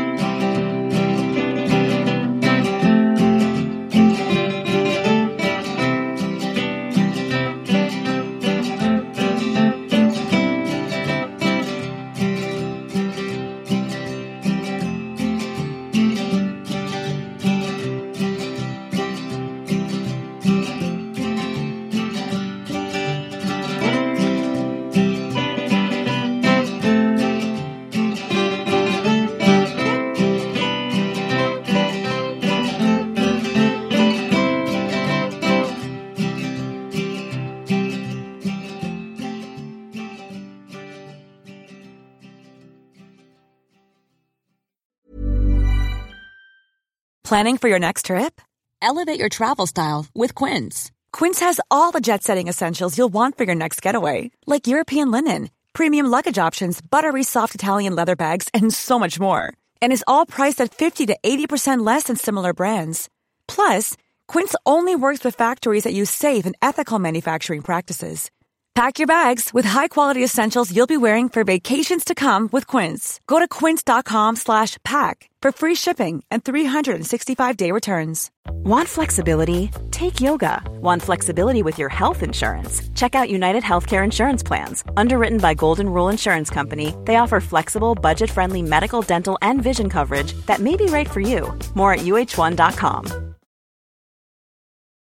Planning for your next trip? Elevate your travel style with Quince. Quince has all the jet-setting essentials you'll want for your next getaway, like European linen, premium luggage options, buttery soft Italian leather bags, and so much more. And is all priced at fifty to eighty percent less than similar brands. Plus, Quince only works with factories that use safe and ethical manufacturing practices. Pack your bags with high-quality essentials you'll be wearing for vacations to come with Quince. Go to quince.com slash pack for free shipping and three sixty-five day returns. Want flexibility? Take yoga. Want flexibility with your health insurance? Check out United Healthcare Insurance Plans. Underwritten by Golden Rule Insurance Company, they offer flexible, budget-friendly medical, dental, and vision coverage that may be right for you. More at U H one dot com.